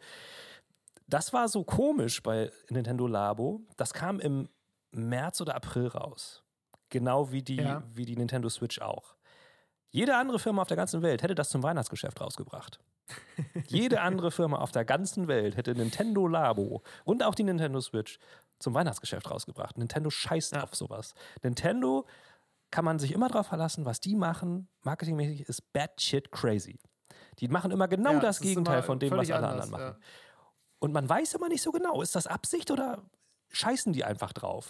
Das war so komisch bei Nintendo Labo. Das kam im März oder April raus. Genau wie die Nintendo Switch auch. Jede andere Firma auf der ganzen Welt hätte das zum Weihnachtsgeschäft rausgebracht. Jede andere Firma auf der ganzen Welt hätte Nintendo Labo und auch die Nintendo Switch zum Weihnachtsgeschäft rausgebracht. Nintendo scheißt auf sowas. Nintendo kann man sich immer drauf verlassen, was die machen, marketingmäßig ist batshit crazy. Die machen immer genau das Gegenteil von dem, was alle anderen machen. Ja. Und man weiß immer nicht so genau, ist das Absicht oder scheißen die einfach drauf?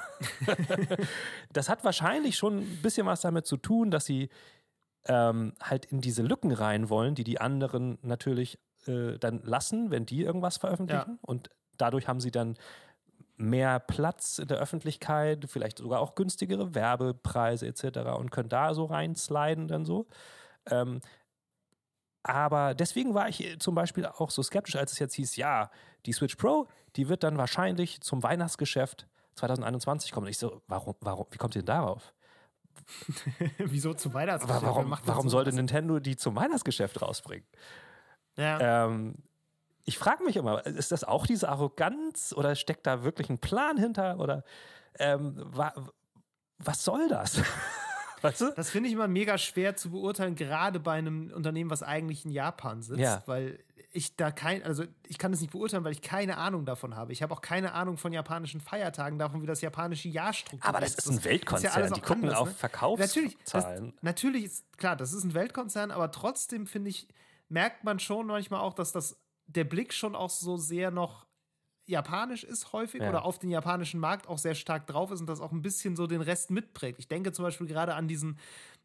Das hat wahrscheinlich schon ein bisschen was damit zu tun, dass sie halt in diese Lücken rein wollen, die anderen natürlich dann lassen, wenn die irgendwas veröffentlichen. Ja. Und dadurch haben sie dann mehr Platz in der Öffentlichkeit, vielleicht sogar auch günstigere Werbepreise etc. und können da so reinsliden dann so. Aber deswegen war ich zum Beispiel auch so skeptisch, als es jetzt hieß, ja, die Switch Pro, die wird dann wahrscheinlich zum Weihnachtsgeschäft 2021 kommen. Und ich so, warum, wie kommt ihr denn darauf? Wieso zum Weihnachtsgeschäft? Warum sollte Nintendo die zum Weihnachtsgeschäft rausbringen? Ja. Ich frage mich immer, ist das auch diese Arroganz oder steckt da wirklich ein Plan hinter? Oder was soll das? Weißt du? Das finde ich immer mega schwer zu beurteilen, gerade bei einem Unternehmen, was eigentlich in Japan sitzt, weil ich kann das nicht beurteilen, weil ich keine Ahnung davon habe. Ich habe auch keine Ahnung von japanischen Feiertagen, davon, wie das japanische Jahr strukturiert ist. Aber das ist ein Weltkonzern, die gucken anders, auf Verkaufszahlen. Natürlich ist klar, das ist ein Weltkonzern, aber trotzdem, finde ich, merkt man schon manchmal auch, dass der Blick schon auch so sehr noch japanisch ist häufig oder auf den japanischen Markt auch sehr stark drauf ist und das auch ein bisschen so den Rest mitprägt. Ich denke zum Beispiel gerade an diesen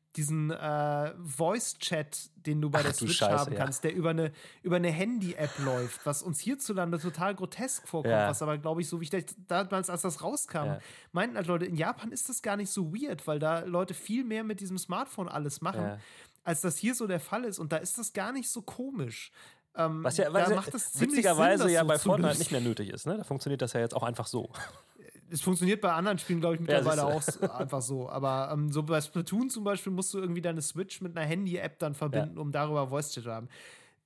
Voice-Chat, den du bei der Switch haben kannst, der über eine Handy-App läuft, was uns hierzulande total grotesk vorkommt, was aber, glaube ich, so wie ich damals, als das rauskam, meinten halt Leute, in Japan ist das gar nicht so weird, weil da Leute viel mehr mit diesem Smartphone alles machen, als das hier so der Fall ist und da ist das gar nicht so komisch. Was macht das witzigerweise Sinn, ja bei Fortnite nicht mehr nötig ist. Ne? Da funktioniert das ja jetzt auch einfach so. Es funktioniert bei anderen Spielen, glaube ich, mittlerweile auch einfach so. Aber so bei Splatoon zum Beispiel musst du irgendwie deine Switch mit einer Handy-App dann verbinden, um darüber Voice-Chat zu haben.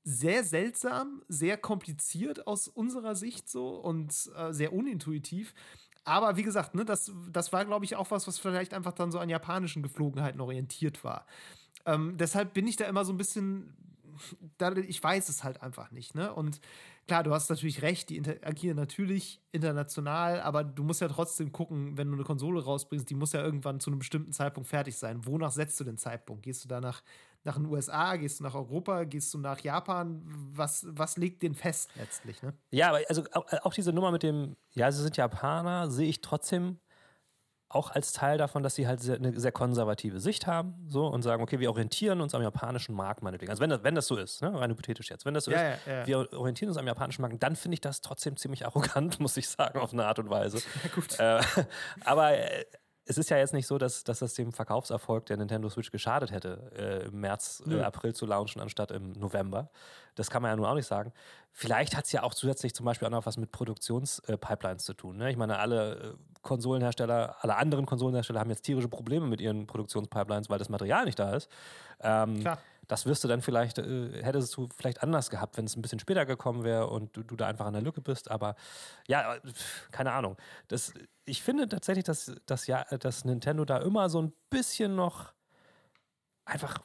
sehr seltsam, sehr kompliziert aus unserer Sicht so und sehr unintuitiv. Aber wie gesagt, ne, das war, glaube ich, auch was vielleicht einfach dann so an japanischen Geflogenheiten orientiert war. Deshalb bin ich da immer so ein bisschen, ich weiß es halt einfach nicht, ne? Und klar, du hast natürlich recht, die interagieren natürlich international, aber du musst ja trotzdem gucken, wenn du eine Konsole rausbringst, die muss ja irgendwann zu einem bestimmten Zeitpunkt fertig sein. Wonach setzt du den Zeitpunkt? Gehst du da nach den USA, gehst du nach Europa, gehst du nach Japan? Was legt den fest letztlich, ne? Ja, aber also auch diese Nummer mit dem, ja, sie sind Japaner, sehe ich trotzdem auch als Teil davon, dass sie halt eine sehr konservative Sicht haben so, und sagen, okay, wir orientieren uns am japanischen Markt meinetwegen. Also wenn das so ist, ne, rein hypothetisch jetzt, wenn das so ist, wir orientieren uns am japanischen Markt, dann finde ich das trotzdem ziemlich arrogant, muss ich sagen, auf eine Art und Weise. Ja, gut. Aber es ist ja jetzt nicht so, dass das dem Verkaufserfolg der Nintendo Switch geschadet hätte, im März, April zu launchen, anstatt im November. Das kann man ja nun auch nicht sagen. Vielleicht hat es ja auch zusätzlich zum Beispiel auch noch was mit Produktionspipelines zu tun. Ne? Ich meine, alle anderen Konsolenhersteller haben jetzt tierische Probleme mit ihren Produktionspipelines, weil das Material nicht da ist. Klar. Das wirst du dann vielleicht, hättest du vielleicht anders gehabt, wenn es ein bisschen später gekommen wäre und du da einfach an der Lücke bist. Aber ja, keine Ahnung. Ich finde tatsächlich, dass Nintendo da immer so ein bisschen noch einfach,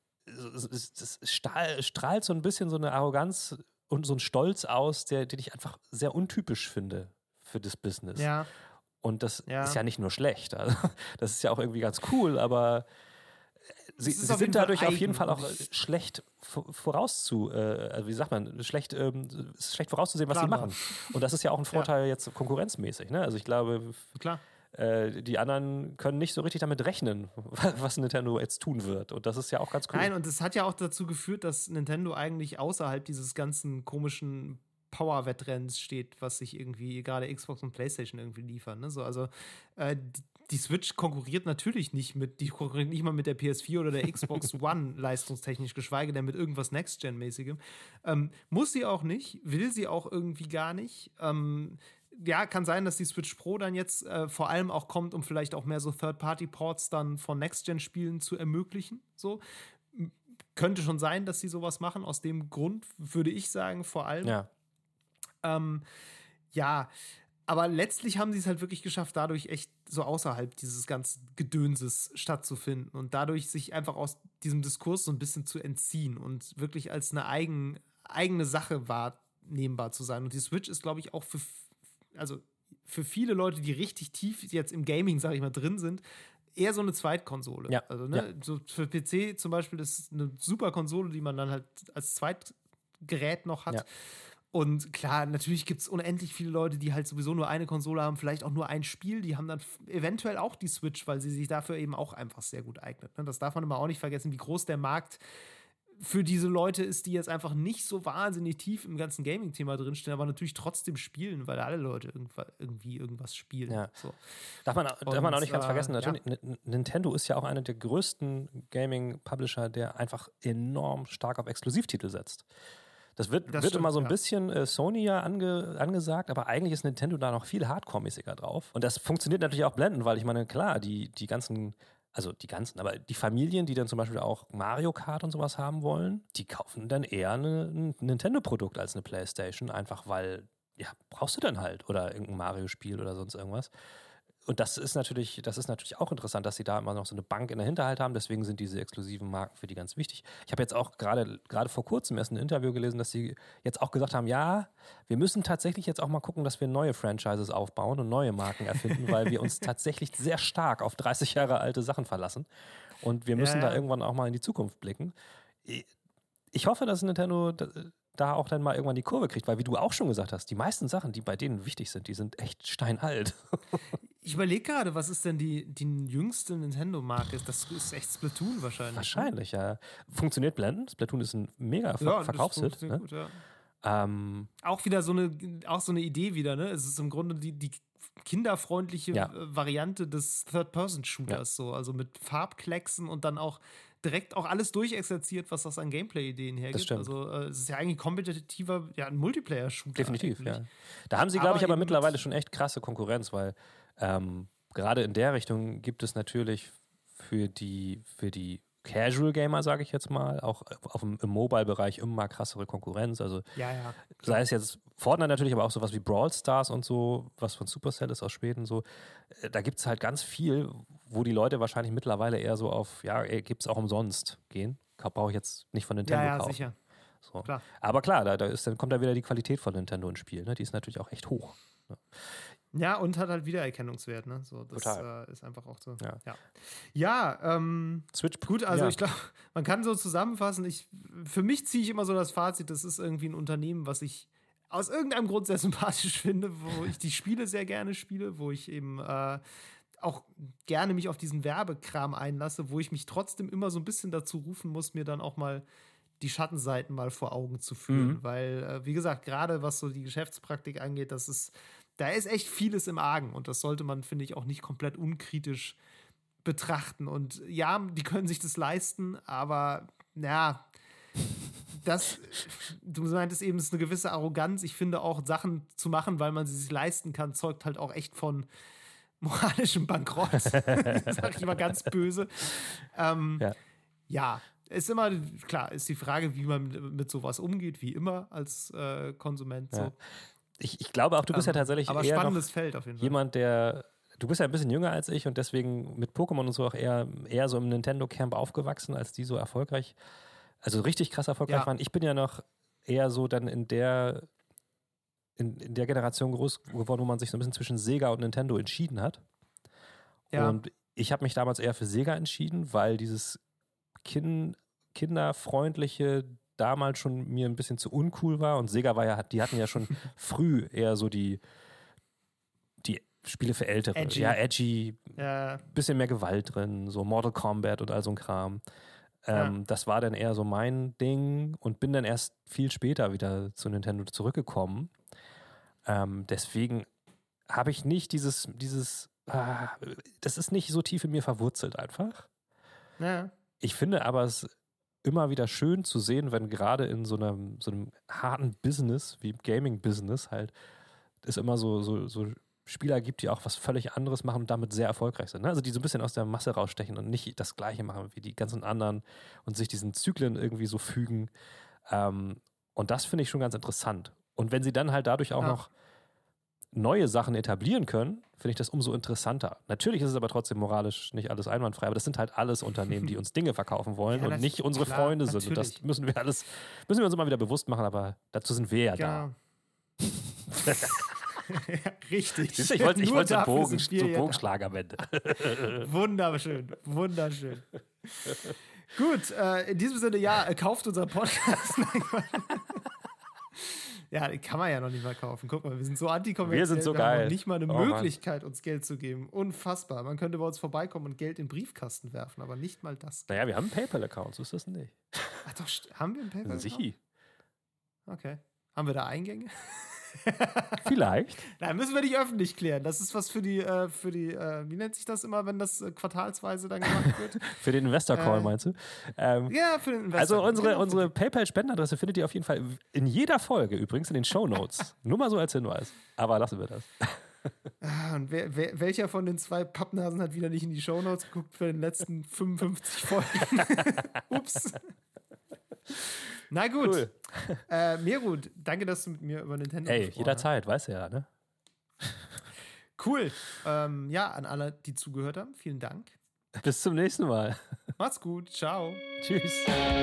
es strahlt so ein bisschen so eine Arroganz und so ein Stolz aus, den ich einfach sehr untypisch finde für das Business. Ja. Und das ist ja nicht nur schlecht. Also, das ist ja auch irgendwie ganz cool, aber sie sind dadurch auf jeden Fall auch schlecht wie sagt man, schlecht vorauszusehen, was sie machen. Und das ist ja auch ein Vorteil jetzt konkurrenzmäßig. Ne? Also ich glaube, die anderen können nicht so richtig damit rechnen, was Nintendo jetzt tun wird. Und das ist ja auch ganz cool. Nein, und das hat ja auch dazu geführt, dass Nintendo eigentlich außerhalb dieses ganzen komischen Power-Wettrenns steht, was sich irgendwie gerade Xbox und PlayStation irgendwie liefern. Ne? So, also die Switch konkurriert natürlich nicht mal mit der PS4 oder der Xbox One leistungstechnisch, geschweige denn mit irgendwas Next-Gen-mäßigem. Muss sie auch nicht, will sie auch irgendwie gar nicht. Ja, kann sein, dass die Switch Pro dann jetzt vor allem auch kommt, um vielleicht auch mehr so Third-Party-Ports dann von Next-Gen-Spielen zu ermöglichen. So. Könnte schon sein, dass sie sowas machen. Aus dem Grund würde ich sagen, vor allem. Ja, aber letztlich haben sie es halt wirklich geschafft, dadurch echt so außerhalb dieses ganzen Gedönses stattzufinden und dadurch sich einfach aus diesem Diskurs so ein bisschen zu entziehen und wirklich als eine eigene Sache wahrnehmbar zu sein. Und die Switch ist, glaube ich, auch für viele Leute, die richtig tief jetzt im Gaming, sage ich mal, drin sind, eher so eine Zweitkonsole. Ja. Also, ne, so für PC zum Beispiel, das ist eine super Konsole, die man dann halt als Zweitgerät noch hat. Ja. Und klar, natürlich gibt es unendlich viele Leute, die halt sowieso nur eine Konsole haben, vielleicht auch nur ein Spiel. Die haben dann eventuell auch die Switch, weil sie sich dafür eben auch einfach sehr gut eignet. Das darf man immer auch nicht vergessen, wie groß der Markt für diese Leute ist, die jetzt einfach nicht so wahnsinnig tief im ganzen Gaming-Thema drinstehen, aber natürlich trotzdem spielen, weil alle Leute irgendwie irgendwas spielen. Ja. So. Darf man auch nicht ganz vergessen, natürlich, Nintendo ist ja auch einer der größten Gaming-Publisher, der einfach enorm stark auf Exklusivtitel setzt. Das wird immer so ein bisschen Sony ja angesagt, aber eigentlich ist Nintendo da noch viel hardcore-mäßiger drauf. Und das funktioniert natürlich auch blendend, weil ich meine, klar, die Familien, die dann zum Beispiel auch Mario Kart und sowas haben wollen, die kaufen dann eher ein Nintendo-Produkt als eine PlayStation, einfach weil, ja, brauchst du dann halt oder irgendein Mario-Spiel oder sonst irgendwas. Und das ist natürlich auch interessant, dass sie da immer noch so eine Bank in der Hinterhalt haben. Deswegen sind diese exklusiven Marken für die ganz wichtig. Ich habe jetzt auch gerade vor kurzem erst ein Interview gelesen, dass sie jetzt auch gesagt haben, ja, wir müssen tatsächlich jetzt auch mal gucken, dass wir neue Franchises aufbauen und neue Marken erfinden, weil wir uns tatsächlich sehr stark auf 30 Jahre alte Sachen verlassen. Und wir müssen da irgendwann auch mal in die Zukunft blicken. Ich hoffe, dass Nintendo da auch dann mal irgendwann die Kurve kriegt, weil wie du auch schon gesagt hast, die meisten Sachen, die bei denen wichtig sind, die sind echt steinalt. Ich überlege gerade, was ist denn die jüngste Nintendo-Marke? Das ist echt Splatoon wahrscheinlich. Wahrscheinlich, ja. Funktioniert blendend. Splatoon ist ein mega Verkaufshit. Ne? Gut, ja. Auch wieder so eine Idee wieder, ne? Es ist im Grunde die kinderfreundliche Variante des Third-Person-Shooters, so. Also mit Farbklecksen und dann auch direkt auch alles durchexerziert, was das an Gameplay-Ideen hergibt. Das stimmt. Also es ist ja eigentlich kompetitiver, ein Multiplayer-Shooter. Definitiv, ja. Da haben sie, glaube ich, aber mittlerweile schon echt krasse Konkurrenz, weil gerade in der Richtung gibt es natürlich für die Casual Gamer, sage ich jetzt mal, auch im Mobile-Bereich immer krassere Konkurrenz. Also sei es jetzt Fortnite natürlich, aber auch sowas wie Brawl Stars und so, was von Supercell ist aus Schweden so. Da gibt es halt ganz viel, wo die Leute wahrscheinlich mittlerweile eher so auf, gibt es auch umsonst gehen. Brauche ich jetzt nicht von Nintendo kaufen. Sicher. So. Klar. Aber klar, dann kommt da wieder die Qualität von Nintendo ins Spiel. Ne? Die ist natürlich auch echt hoch. Ne? Ja, und hat halt Wiedererkennungswert, ne? So, das ist einfach auch so. Switch. Gut, also ich glaube, man kann so zusammenfassen, für mich ziehe ich immer so das Fazit, das ist irgendwie ein Unternehmen, was ich aus irgendeinem Grund sehr sympathisch finde, wo ich die Spiele sehr gerne spiele, wo ich eben auch gerne mich auf diesen Werbekram einlasse, wo ich mich trotzdem immer so ein bisschen dazu rufen muss, mir dann auch mal die Schattenseiten mal vor Augen zu führen, weil, wie gesagt, gerade was so die Geschäftspraktik angeht, da ist echt vieles im Argen und das sollte man, finde ich, auch nicht komplett unkritisch betrachten. Und ja, die können sich das leisten, aber du meintest eben, es ist eine gewisse Arroganz. Ich finde auch, Sachen zu machen, weil man sie sich leisten kann, zeugt halt auch echt von moralischem Bankrott. Sag ich mal ganz böse. Ist immer, klar, ist die Frage, wie man mit sowas umgeht, wie immer als Konsument. So. Ich glaube auch, du bist ja tatsächlich aber eher spannendes Feld auf jeden Fall. Jemand, du bist ja ein bisschen jünger als ich und deswegen mit Pokémon und so auch eher so im Nintendo-Camp aufgewachsen, als die so erfolgreich, also richtig krass erfolgreich waren. Ich bin ja noch eher so dann in der Generation groß geworden, wo man sich so ein bisschen zwischen Sega und Nintendo entschieden hat. Ja. Und ich habe mich damals eher für Sega entschieden, weil dieses kinderfreundliche damals schon mir ein bisschen zu uncool war und Sega die hatten ja schon früh eher so die Spiele für Ältere. Edgy. Bisschen mehr Gewalt drin, so Mortal Kombat und all so ein Kram. Das war dann eher so mein Ding und bin dann erst viel später wieder zu Nintendo zurückgekommen. Deswegen habe ich nicht das ist nicht so tief in mir verwurzelt einfach. Ja. Ich finde aber es immer wieder schön zu sehen, wenn gerade in so einem harten Business, wie Gaming-Business halt, es immer so Spieler gibt, die auch was völlig anderes machen und damit sehr erfolgreich sind. Ne? Also die so ein bisschen aus der Masse rausstechen und nicht das Gleiche machen wie die ganzen anderen und sich diesen Zyklen irgendwie so fügen. Und das finde ich schon ganz interessant. Und wenn sie dann halt dadurch auch noch neue Sachen etablieren können, finde ich das umso interessanter. Natürlich ist es aber trotzdem moralisch nicht alles einwandfrei, aber das sind halt alles Unternehmen, die uns Dinge verkaufen wollen und nicht unsere Freunde sind. Und das müssen wir uns immer wieder bewusst machen, aber dazu sind wir ja da. Richtig. Siehst du, ich wollte Bogenschlag am Ende. Wunderschön. Gut, in diesem Sinne, kauft unseren Podcast. Ja, den kann man ja noch nicht mal kaufen. Guck mal, wir sind so antikommerziell. Wir sind so geil. Wir haben noch nicht mal eine Möglichkeit, uns Geld zu geben. Unfassbar. Man könnte bei uns vorbeikommen und Geld in den Briefkasten werfen, aber nicht mal das. Naja, wir haben einen PayPal-Account, so ist das nicht. Ach doch, haben wir einen PayPal-Account? Sicher. Okay. Haben wir da Eingänge? Vielleicht. Nein, müssen wir nicht öffentlich klären. Das ist was für die, wie nennt sich das immer, wenn das quartalsweise dann gemacht wird? Für den Investor-Call, meinst du? Ja, für den Investor. Also unsere PayPal-Spendenadresse findet ihr auf jeden Fall in jeder Folge, übrigens in den Shownotes. Nur mal so als Hinweis. Aber lassen wir das. Und welcher von den zwei Pappnasen hat wieder nicht in die Shownotes geguckt für den letzten 55 Folgen? Ups. Na gut. Cool. Meru, danke, dass du mit mir über Nintendo gesprochen hast. Jederzeit, weißt du ja, ne? Cool. An alle, die zugehört haben, vielen Dank. Bis zum nächsten Mal. Macht's gut. Ciao. Tschüss.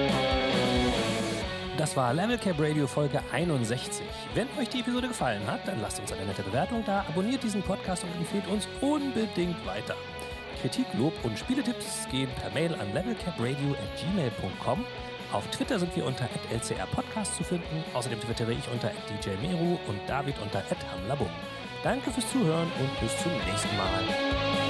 Das war Level Cap Radio Folge 61. Wenn euch die Episode gefallen hat, dann lasst uns eine nette Bewertung da, abonniert diesen Podcast und empfehlt uns unbedingt weiter. Kritik, Lob und Spieletipps gehen per Mail an levelcapradio@gmail.com. Auf Twitter sind wir unter @lcrpodcast zu finden. Außerdem twittere ich unter @djmeru und David unter @hamlabum. Danke fürs Zuhören und bis zum nächsten Mal.